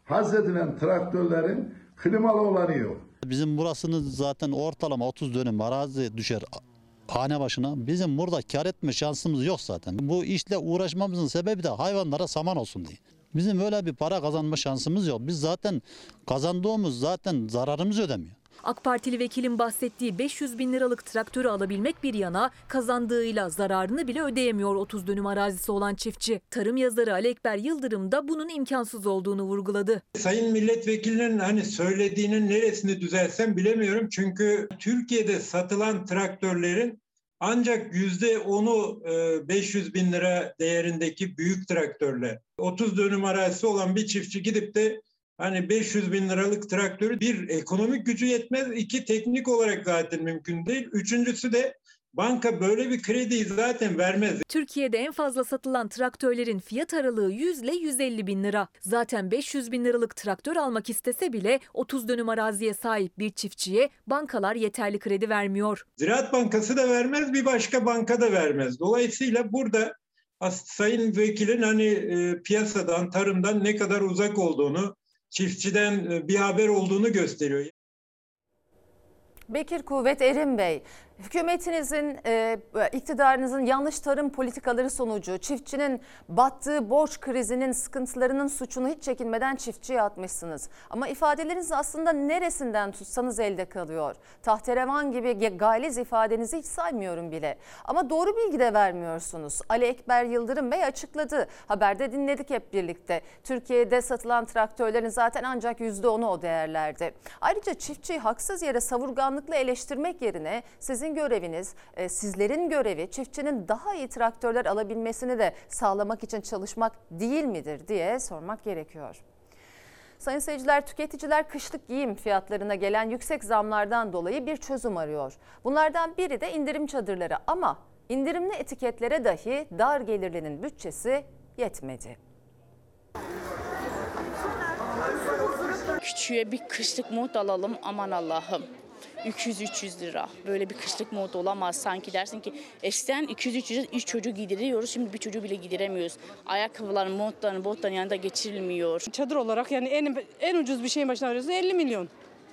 Speaker 22: Hazredilen traktörlerin klimalı olanı yok.
Speaker 3: Bizim burasını zaten ortalama otuz dönüm arazi düşer hane başına. Bizim burada kar etme şansımız yok zaten. Bu işle uğraşmamızın sebebi de hayvanlara saman olsun diye. Bizim öyle bir para kazanma şansımız yok. Biz zaten kazandığımız zaten zararımızı ödemiyor.
Speaker 24: AK Partili vekilin bahsettiği beş yüz bin liralık traktörü alabilmek bir yana kazandığıyla zararını bile ödeyemiyor otuz dönüm arazisi olan çiftçi. Tarım yazarı Ali Ekber Yıldırım da bunun imkansız olduğunu vurguladı.
Speaker 6: Sayın milletvekilinin hani söylediğinin neresini düzeltsem bilemiyorum. Çünkü Türkiye'de satılan traktörlerin ancak yüzde onu beş yüz bin lira değerindeki büyük traktörler. otuz dönüm arazisi olan bir çiftçi gidip de hani beş yüz bin liralık traktörü bir ekonomik gücü yetmez, iki teknik olarak zaten mümkün değil. Üçüncüsü de banka böyle bir krediyi zaten vermez.
Speaker 24: Türkiye'de en fazla satılan traktörlerin fiyat aralığı yüz ile yüz elli bin lira. Zaten beş yüz bin liralık traktör almak istese bile otuz dönüm araziye sahip bir çiftçiye bankalar yeterli kredi vermiyor.
Speaker 6: Ziraat Bankası da vermez, bir başka banka da vermez. Dolayısıyla burada sayın vekilin hani e, piyasadan, tarımdan ne kadar uzak olduğunu, çiftçiden bir haber olduğunu gösteriyor.
Speaker 1: Bekir Kuvvet Erim Bey, hükümetinizin, e, iktidarınızın yanlış tarım politikaları sonucu çiftçinin battığı borç krizinin sıkıntılarının suçunu hiç çekinmeden çiftçiye atmışsınız. Ama ifadeleriniz aslında neresinden tutsanız elde kalıyor. Tahterevan gibi galiz ifadenizi hiç saymıyorum bile. Ama doğru bilgi de vermiyorsunuz. Ali Ekber Yıldırım Bey açıkladı. Haberde dinledik hep birlikte. Türkiye'de satılan traktörlerin zaten ancak yüzde onu o değerlerde. Ayrıca çiftçiyi haksız yere savurganlıkla eleştirmek yerine sizin Sizin göreviniz, sizlerin görevi çiftçinin daha iyi traktörler alabilmesini de sağlamak için çalışmak değil midir diye sormak gerekiyor. Sayın seyirciler, tüketiciler kışlık giyim fiyatlarına gelen yüksek zamlardan dolayı bir çözüm arıyor. Bunlardan biri de indirim çadırları ama indirimli etiketlere dahi dar gelirlinin bütçesi yetmedi.
Speaker 8: Küçüğe bir kışlık mont alalım, aman Allah'ım. iki yüz üç yüz lira. Böyle bir kışlık mod olamaz. Sanki dersin ki eskiden iki yüz üç yüz üç çocuğu giydiriyoruz. Şimdi bir çocuğu bile giydiremiyoruz. Ayakkabıların, montların, botların yanında geçirilmiyor.
Speaker 28: Çadır olarak yani en en ucuz bir şeyin başına arıyorsun elli milyon.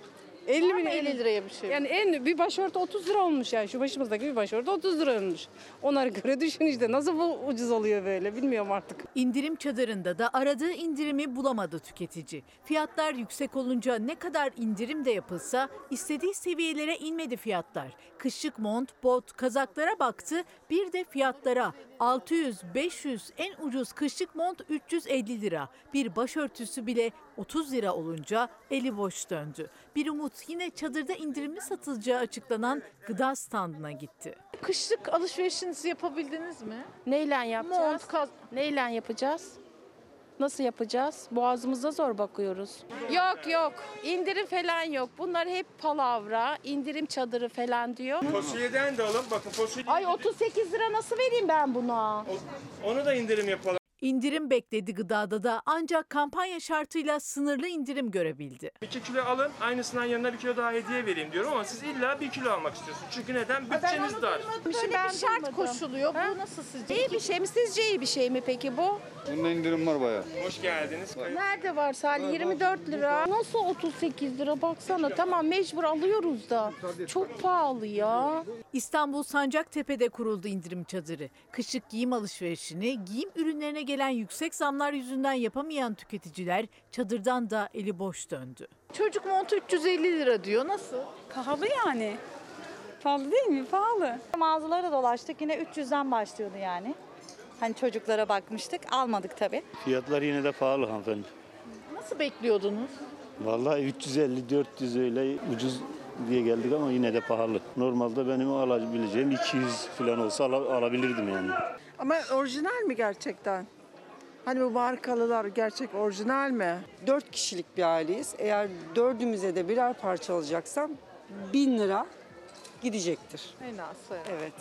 Speaker 28: elli milyon elli liraya bir şey. Yani en bir başörtü otuz lira olmuş yani. Şu başımızdaki bir başörtü otuz lira olmuş. Onlara göre düşün işte nasıl bu ucuz oluyor böyle bilmiyorum artık.
Speaker 9: İndirim çadırında da aradığı indirimi bulamadı tüketici. Fiyatlar yüksek olunca ne kadar indirim de yapılsa istediği seviyelere inmedi fiyatlar. Kışlık mont, bot, kazaklara baktı, bir de fiyatlara. altı yüz beş yüz en ucuz kışlık mont üç yüz elli lira. Bir başörtüsü bile otuz lira olunca eli boş döndü. Bir umut yine çadırda indirimli satılacağı açıklanan gıda standına gitti. Kışlık alışverişinizi yapabildiniz mi?
Speaker 8: Neyle yapacağız?
Speaker 9: Mont, kaz-
Speaker 8: Neyle yapacağız? Nasıl yapacağız? Boğazımıza zor bakıyoruz. Yok yok. İndirim falan yok. Bunlar hep palavra. İndirim çadırı falan diyor.
Speaker 15: Fasulyeden de alın. Bakın fasulye.
Speaker 8: Ay otuz sekiz lira nasıl vereyim ben buna?
Speaker 15: Onu da indirim yapalım.
Speaker 9: İndirim bekledi gıdada da ancak kampanya şartıyla sınırlı indirim görebildi.
Speaker 15: iki kilo alın, aynısından yanına bir kilo daha hediye vereyim diyorum ama siz illa bir kilo almak istiyorsunuz. Çünkü neden? Bütçeniz dar.
Speaker 9: Böyle bir şart koşuluyor. Bu nasıl sizce?
Speaker 8: İyi bir şey mi? Sizce iyi bir şey mi peki bu?
Speaker 19: Bunda indirim var bayağı.
Speaker 15: Hoş geldiniz.
Speaker 8: Nerede var Salih? yirmi dört lira. Nasıl otuz sekiz lira? Baksana tamam mecbur alıyoruz da. Çok pahalı ya.
Speaker 9: İstanbul Sancaktepe'de kuruldu indirim çadırı. Kışlık giyim alışverişini giyim ürünlerine gelen yüksek zamlar yüzünden yapamayan tüketiciler çadırdan da eli boş döndü. Çocuk montu üç yüz elli lira diyor. Nasıl?
Speaker 23: Pahalı yani. Pahalı değil mi? Pahalı.
Speaker 27: Mağazalara dolaştık yine üç yüzden başlıyordu yani. Hani çocuklara bakmıştık, almadık tabii.
Speaker 19: Fiyatlar yine de pahalı hanımefendi.
Speaker 9: Nasıl bekliyordunuz?
Speaker 19: Vallahi üç yüz elli dört yüz öyle ucuz diye geldik ama yine de pahalı. Normalde benim alabileceğim iki yüz falan olsa al- alabilirdim yani.
Speaker 29: Ama orijinal mi gerçekten? Hani bu markalılar gerçek orijinal mi?
Speaker 30: Dört kişilik bir aileyiz. Eğer dördümüze de birer parça alacaksam bin lira gidecektir.
Speaker 9: En az.
Speaker 30: Evet.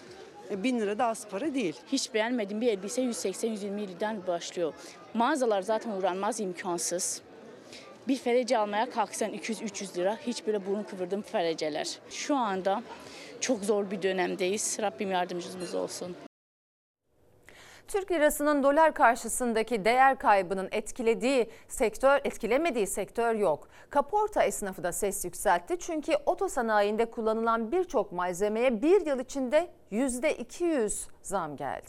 Speaker 30: E, bin lira da az para değil.
Speaker 8: Hiç beğenmediğim bir elbise yüz seksen yüz yirmi liradan başlıyor. Mağazalar zaten uğranmaz imkansız. Bir ferece almaya kalksan iki yüz üç yüz lira. Hiç böyle burun kıvırdığım fereceler. Şu anda çok zor bir dönemdeyiz. Rabbim yardımcımız olsun.
Speaker 1: Türk lirasının dolar karşısındaki değer kaybının etkilediği sektör, etkilemediği sektör yok. Kaporta esnafı da ses yükseltti çünkü otosanayinde kullanılan birçok malzemeye bir yıl içinde yüzde iki yüz zam geldi.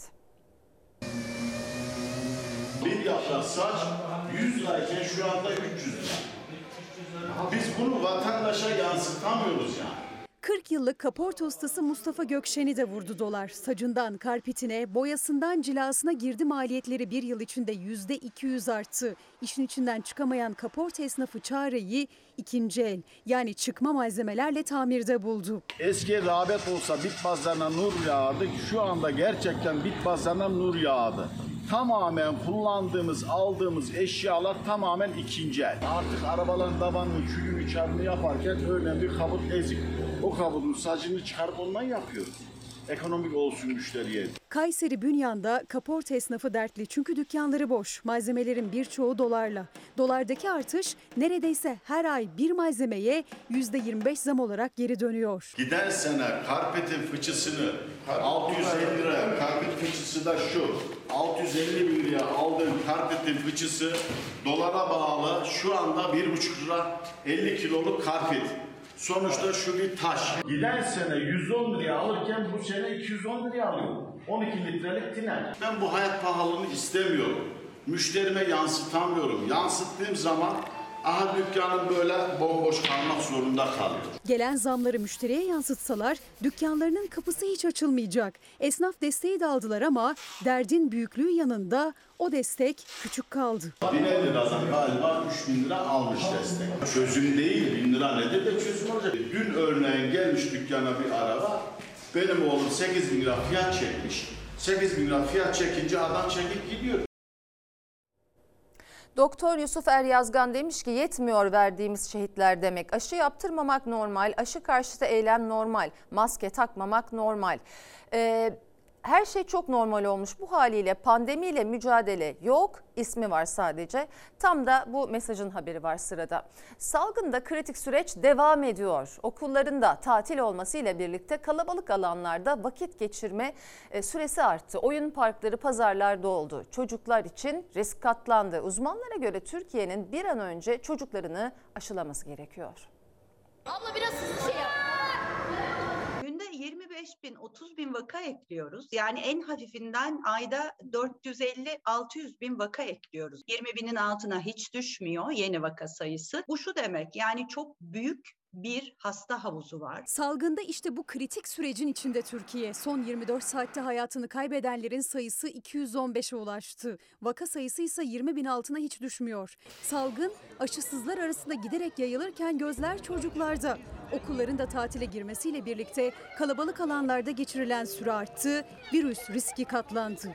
Speaker 2: Bir yaprak saç yüz lirayken şu anda üç yüz lira. Biz bunu vatandaşa yansıtamıyoruz yani.
Speaker 4: kırk yıllık kaporta ustası Mustafa Gökşen'i de vurdu dolar. Sacından karpetine, boyasından cilasına girdi maliyetleri bir yıl içinde yüzde iki yüz arttı. İşin içinden çıkamayan kaporta esnafı çareyi ikinci el yani çıkma malzemelerle tamirde buldu.
Speaker 2: Eski rağbet olsa bit pazarına nur yağardı. Şu anda gerçekten bit pazarına nur yağdı. Tamamen kullandığımız, aldığımız eşyalar tamamen ikinci el. Artık arabaların tabanını, çürüğünü, çarını yaparken örneğin bir kabut ezik. O kabutun sacını çıkarıp ondan yapıyoruz. Ekonomik olsun müşteriye.
Speaker 4: Kayseri Bünyan'da kaporta esnafı dertli çünkü dükkanları boş. Malzemelerin birçoğu dolarla. Dolardaki artış neredeyse her ay bir malzemeye yüzde yirmi beş zam olarak geri dönüyor.
Speaker 2: Giden sene karpetin fıçısını altı yüz elli liraya, karpet fıçısı da şu. altı yüz elli bin liraya aldığım karpetin fıçısı dolara bağlı şu anda bir buçuk lira elli kiloluk karpet. Sonuçta şu bir taş. Giden sene yüz on liraya alırken bu sene iki yüz on liraya alıyorum. on iki litrelik tiner. Ben bu hayat pahalılığını istemiyorum. Müşterime yansıtamıyorum. Yansıttığım zaman aha dükkanım böyle bomboş kalmak zorunda kalıyor.
Speaker 4: Gelen zamları müşteriye yansıtsalar dükkanlarının kapısı hiç açılmayacak. Esnaf desteği de aldılar ama derdin büyüklüğü yanında o destek küçük kaldı.
Speaker 2: bin elli liradan galiba üç bin lira almış destek. Çözüm değil, bin lira nedir de çözüm olacak. Dün örneğin gelmiş dükkana bir araba, benim oğlum sekiz bin lira fiyat çekmiş. sekiz bin lira fiyat çekince adam çekip gidiyor.
Speaker 1: Doktor Yusuf Eryazgan demiş ki yetmiyor verdiğimiz şehitler demek. Aşı yaptırmamak normal, aşı karşıtı eylem normal, maske takmamak normal. Ee, her şey çok normal olmuş. Bu haliyle pandemiyle mücadele yok, ismi var sadece. Tam da bu mesajın haberi var sırada. Salgında kritik süreç devam ediyor. Okulların da tatil olmasıyla birlikte kalabalık alanlarda vakit geçirme süresi arttı. Oyun parkları, pazarlar doldu. Çocuklar için risk katlandı. Uzmanlara göre Türkiye'nin bir an önce çocuklarını aşılaması gerekiyor.
Speaker 13: Abla biraz hızlı şey yap.
Speaker 5: Günde yirmi beş bin otuz bin vaka ekliyoruz. Yani en hafifinden ayda dört yüz elli altı yüz bin vaka ekliyoruz. yirmi binin altına hiç düşmüyor yeni vaka sayısı. Bu şu demek yani çok büyük bir hasta havuzu var.
Speaker 4: Salgında işte bu kritik sürecin içinde Türkiye. Son yirmi dört saatte hayatını kaybedenlerin sayısı iki yüz on beşe ulaştı. Vaka sayısı ise yirmi bin altına hiç düşmüyor. Salgın aşısızlar arasında giderek yayılırken gözler çocuklarda. Okulların da tatile girmesiyle birlikte kalabalık alanlarda geçirilen süre arttı, virüs riski katlandı.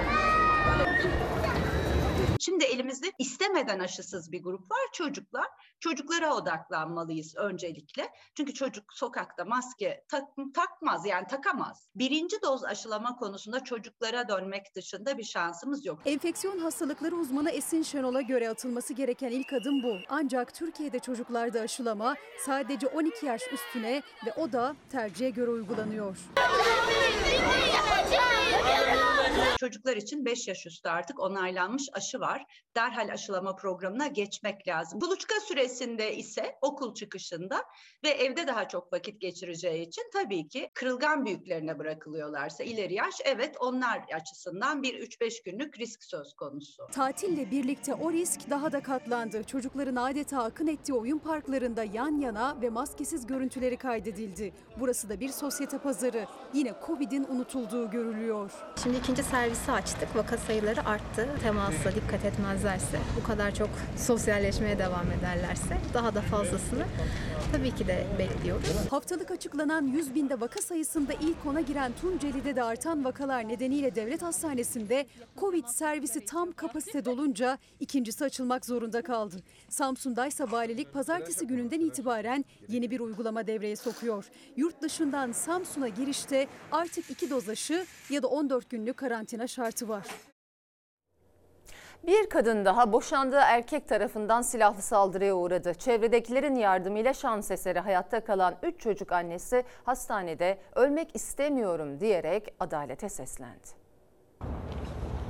Speaker 5: Şimdi elimizde istemeden aşısız bir grup var, çocuklar. Çocuklara odaklanmalıyız öncelikle. Çünkü çocuk sokakta maske tak, takmaz yani takamaz. Birinci doz aşılama konusunda çocuklara dönmek dışında bir şansımız yok.
Speaker 4: Enfeksiyon hastalıkları uzmanı Esin Şenol'a göre atılması gereken ilk adım bu. Ancak Türkiye'de çocuklarda aşılama sadece on iki yaş üstüne ve o da tercihe göre uygulanıyor.
Speaker 5: Çocuklar için beş yaş üstü artık onaylanmış aşı var. Derhal aşılama programına geçmek lazım. Kuluçka süresinde ise okul çıkışında ve evde daha çok vakit geçireceği için tabii ki kırılgan büyüklerine bırakılıyorlarsa ileri yaş evet onlar açısından bir üç beş günlük risk söz konusu.
Speaker 4: Tatille birlikte o risk daha da katlandı. Çocukların adeta akın ettiği oyun parklarında yan yana ve maskesiz görüntüleri kaydedildi. Burası da bir sosyete pazarı. Yine Covid'in unutulduğu görülüyor.
Speaker 7: Şimdi ikinci servisi açtık. Vaka sayıları arttı. Temasa dikkat etmezlerse, bu kadar çok sosyalleşmeye devam ederlerse daha da fazlasını tabii ki de bekliyoruz.
Speaker 4: Haftalık açıklanan yüz binde vaka sayısında ilk ona giren Tunceli'de de artan vakalar nedeniyle devlet hastanesinde Covid servisi tam kapasite dolunca ikincisi açılmak zorunda kaldı. Samsun'da ise valilik pazartesi gününden itibaren yeni bir uygulama devreye sokuyor. Yurt dışından Samsun'a girişte artık iki doz aşı ya da on dört günlük karantina şartı var.
Speaker 1: Bir kadın daha boşandığı erkek tarafından silahlı saldırıya uğradı. Çevredekilerin yardımıyla şans eseri hayatta kalan üç çocuk annesi hastanede ölmek istemiyorum diyerek adalete seslendi.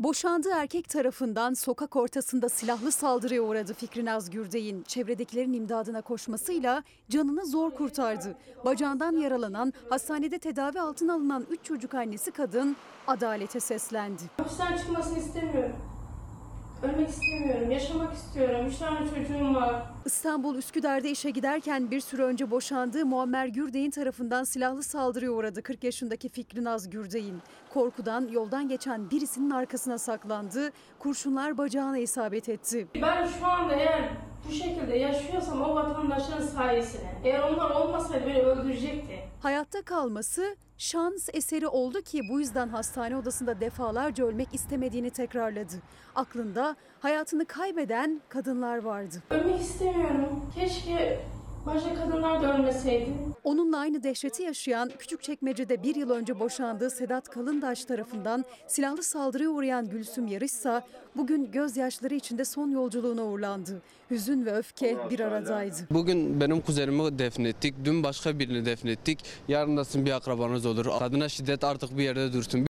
Speaker 4: Boşandığı erkek tarafından sokak ortasında silahlı saldırıya uğradı Fikrinaz Gürdey'in. Çevredekilerin imdadına koşmasıyla canını zor kurtardı. Bacağından yaralanan, hastanede tedavi altına alınan üç çocuk annesi kadın adalete seslendi.
Speaker 10: Hapisten çıkmasını istemiyorum. Ölmek istemiyorum, yaşamak istiyorum. Üç tane çocuğum var.
Speaker 4: İstanbul Üsküdar'da işe giderken bir süre önce boşandığı Muammer Gürdey'in tarafından silahlı saldırıya uğradı kırk yaşındaki Fikrinaz Gürdey'in. Korkudan yoldan geçen birisinin arkasına saklandı. Kurşunlar bacağına isabet etti.
Speaker 10: Ben şu anda eğer bu şekilde yaşıyorsam o vatandaşların sayesinde. Eğer onlar olmasaydı beni öldürecekti.
Speaker 4: Hayatta kalması şans eseri oldu ki bu yüzden hastane odasında defalarca ölmek istemediğini tekrarladı. Aklında hayatını kaybeden kadınlar vardı.
Speaker 10: Ölmek istemiyorum. Keşke başka kadınlar da ölmeseydi.
Speaker 4: Onunla aynı dehşeti yaşayan, Küçükçekmece'de bir yıl önce boşandığı Sedat Kalındaş tarafından silahlı saldırıya uğrayan Gülsüm Yarışsa bugün gözyaşları içinde son yolculuğuna uğurlandı. Hüzün ve öfke bir aradaydı.
Speaker 11: Bugün benim kuzenimi defnettik, dün başka birini defnettik. Yarın da sizin bir akrabanız olur. Kadına şiddet artık bir yerde dursun.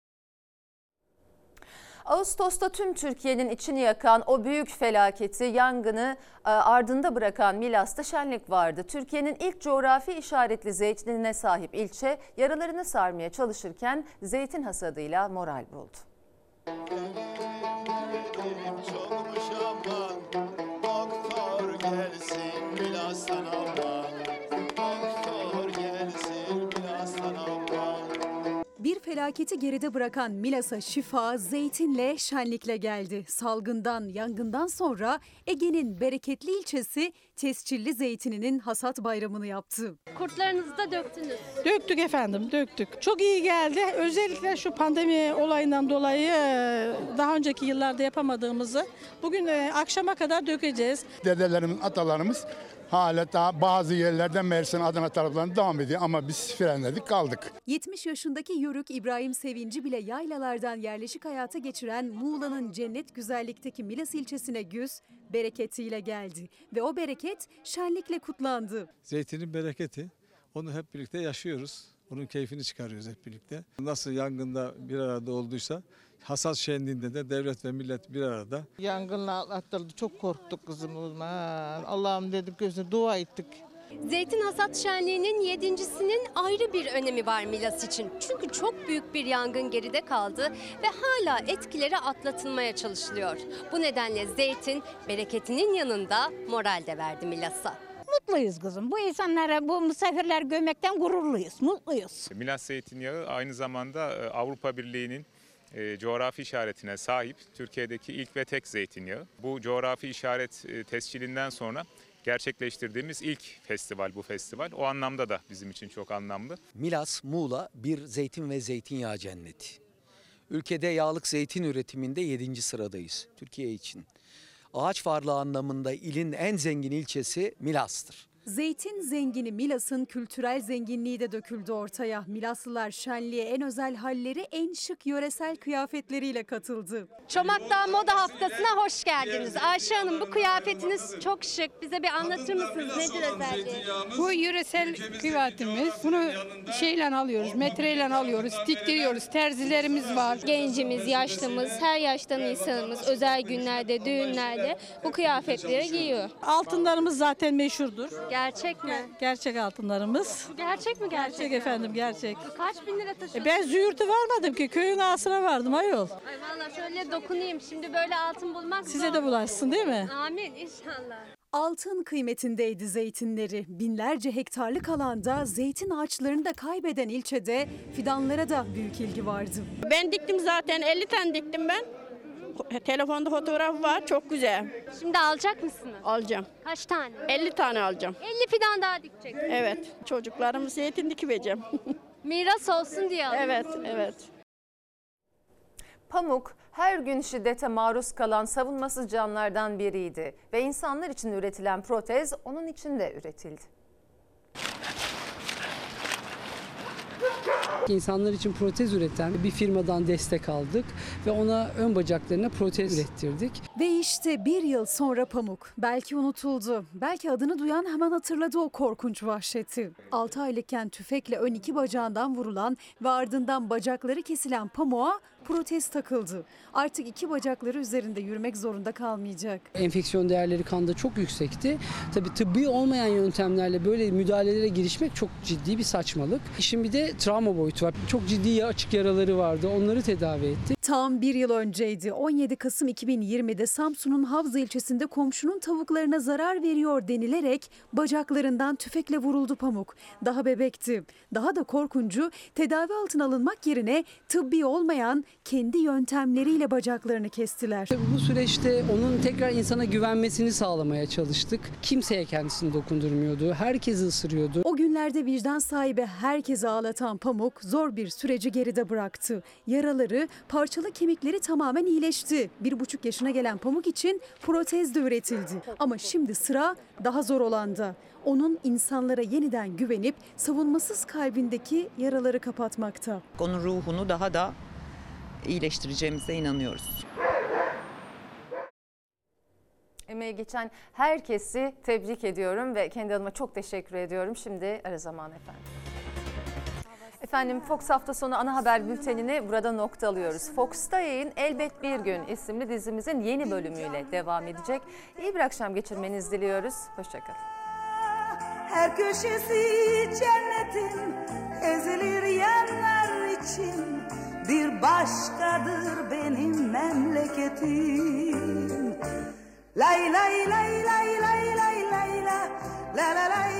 Speaker 1: Ağustos'ta tüm Türkiye'nin içini yakan o büyük felaketi, yangını ardında bırakan Milas'ta şenlik vardı. Türkiye'nin ilk coğrafi işaretli zeytinine sahip ilçe yaralarını sarmaya çalışırken zeytin hasadıyla moral buldu.
Speaker 4: Bir felaketi geride bırakan Milas'a şifa zeytinle, şenlikle geldi. Salgından, yangından sonra Ege'nin bereketli ilçesi tescilli zeytininin hasat bayramını yaptı.
Speaker 10: Kurtlarınızı da döktünüz.
Speaker 28: Döktük efendim, döktük. Çok iyi geldi. Özellikle şu pandemi olayından dolayı daha önceki yıllarda yapamadığımızı bugün akşama kadar dökeceğiz.
Speaker 12: Dedelerimiz, atalarımız hala daha bazı yerlerden Mersin, Adana taraflarına devam ediyor ama biz frenledik, kaldık.
Speaker 4: yetmiş yaşındaki Yörük İbrahim Sevinci bile yaylalardan yerleşik hayata geçiren Muğla'nın cennet güzellikteki Milas ilçesine güz bereketiyle geldi. Ve o bereket şenlikle kutlandı.
Speaker 14: Zeytinin bereketi, onu hep birlikte yaşıyoruz. Onun keyfini çıkarıyoruz hep birlikte. Nasıl yangında bir arada olduysa hasat şenliğinde de devlet ve millet bir arada.
Speaker 16: Yangınla atlatıldı. Çok korktuk kızımız. Allah'ım dedik, gözüne dua ettik.
Speaker 13: Zeytin hasat şenliğinin yedincisinin ayrı bir önemi var Milas için. Çünkü çok büyük bir yangın geride kaldı ve hala etkileri atlatılmaya çalışılıyor. Bu nedenle zeytin bereketinin yanında moral de verdi Milas'a.
Speaker 17: Mutluyuz kızım. Bu insanlara, bu misafirler görmekten gururluyuz, mutluyuz.
Speaker 18: Milas zeytinyağı aynı zamanda Avrupa Birliği'nin E, coğrafi işaretine sahip Türkiye'deki ilk ve tek zeytinyağı. Bu coğrafi işaret e, tescilinden sonra gerçekleştirdiğimiz ilk festival bu festival. O anlamda da bizim için çok anlamlı.
Speaker 21: Milas, Muğla bir zeytin ve zeytinyağı cenneti. Ülkede yağlık zeytin üretiminde yedinci sıradayız Türkiye için. Ağaç varlığı anlamında ilin en zengin ilçesi Milas'tır.
Speaker 4: Zeytin zengini Milas'ın kültürel zenginliği de döküldü ortaya. Milaslılar şenliğe en özel halleri, en şık yöresel kıyafetleriyle katıldı.
Speaker 13: Çomak'ta moda haftasına hoş geldiniz. Ayşe Hanım, bu kıyafetiniz çok şık. Bize bir anlatır mısınız? Nedir özelliği?
Speaker 28: Bu yöresel kıyafetimiz. Bunu şeyle alıyoruz, metreyle alıyoruz, diktiriyoruz. Terzilerimiz var.
Speaker 13: Gencimiz, yaşlımız, her yaştan insanımız özel günlerde, düğünlerde bu kıyafetleri giyiyor.
Speaker 28: Altınlarımız zaten meşhurdur.
Speaker 13: Gerçek mi?
Speaker 28: Gerçek altınlarımız.
Speaker 13: Gerçek mi gerçek?
Speaker 28: Gerçek efendim, gerçek.
Speaker 13: Kaç bin lira taşıyorsunuz?
Speaker 28: E ben züğürtü varmadım ki, köyün ağasına vardım ayol.
Speaker 13: Ay valla şöyle dokunayım, şimdi böyle altın bulmak
Speaker 28: Size
Speaker 13: zor.
Speaker 28: de bulaşsın değil mi?
Speaker 13: Amin inşallah.
Speaker 4: Altın kıymetindeydi zeytinleri. Binlerce hektarlık alanda zeytin ağaçlarını da kaybeden ilçede fidanlara da büyük ilgi vardı.
Speaker 17: Ben diktim zaten, elli tane diktim ben. Telefonda fotoğraf var, çok güzel.
Speaker 13: Şimdi alacak mısınız?
Speaker 17: Alacağım.
Speaker 13: Kaç tane?
Speaker 17: elli tane alacağım.
Speaker 13: elli fidan daha dikecek.
Speaker 17: Evet, çocuklarımı zeytin dikiveceğim.
Speaker 13: Miras olsun diye alın.
Speaker 17: Evet, evet.
Speaker 1: Pamuk her gün şiddete maruz kalan savunmasız canlardan biriydi ve insanlar için üretilen protez onun için de üretildi.
Speaker 25: İnsanlar için protez üreten bir firmadan destek aldık ve ona ön bacaklarına protez ürettirdik.
Speaker 4: Ve işte bir yıl sonra Pamuk belki unutuldu. Belki adını duyan hemen hatırladı o korkunç vahşeti. altı aylıkken tüfekle ön iki bacağından vurulan ve ardından bacakları kesilen Pamuk'a protez takıldı. Artık iki bacakları üzerinde yürümek zorunda kalmayacak.
Speaker 25: Enfeksiyon değerleri kanda çok yüksekti. Tabii tıbbi olmayan yöntemlerle böyle müdahalelere girişmek çok ciddi bir saçmalık. İşin bir de travma boyutu var. Çok ciddi açık yaraları vardı. Onları tedavi etti.
Speaker 4: Tam bir yıl önceydi. on yedi Kasım iki bin yirmide Samsun'un Havza ilçesinde komşunun tavuklarına zarar veriyor denilerek bacaklarından tüfekle vuruldu Pamuk. Daha bebekti. Daha da korkuncu, tedavi altına alınmak yerine tıbbi olmayan kendi yöntemleriyle bacaklarını kestiler.
Speaker 25: Bu süreçte onun tekrar insana güvenmesini sağlamaya çalıştık. Kimseye kendisini dokundurmuyordu. Herkesi ısırıyordu.
Speaker 4: O günlerde vicdan sahibi herkesi ağlatan Pamuk zor bir süreci geride bıraktı. Yaraları, parçalı kemikleri tamamen iyileşti. Bir buçuk yaşına gelen Pamuk için protez de üretildi. Ama şimdi sıra daha zor olanda. Onun insanlara yeniden güvenip savunmasız kalbindeki yaraları kapatmakta.
Speaker 3: Onun ruhunu daha da iyileştireceğimize inanıyoruz.
Speaker 1: Emeği geçen herkesi tebrik ediyorum ve kendi adıma çok teşekkür ediyorum. Şimdi ara zaman efendim. Efendim Fox hafta sonu ana haber bültenini burada nokta alıyoruz. Fox'ta yayın Elbet Bir Gün isimli dizimizin yeni bölümüyle devam edecek. İyi bir akşam geçirmenizi diliyoruz. Hoşçakalın.
Speaker 6: Her köşesi cennetin ezilir yerler için bir başkadır benim memleketim. Lay lay lay lay lay lay lay la la la lay.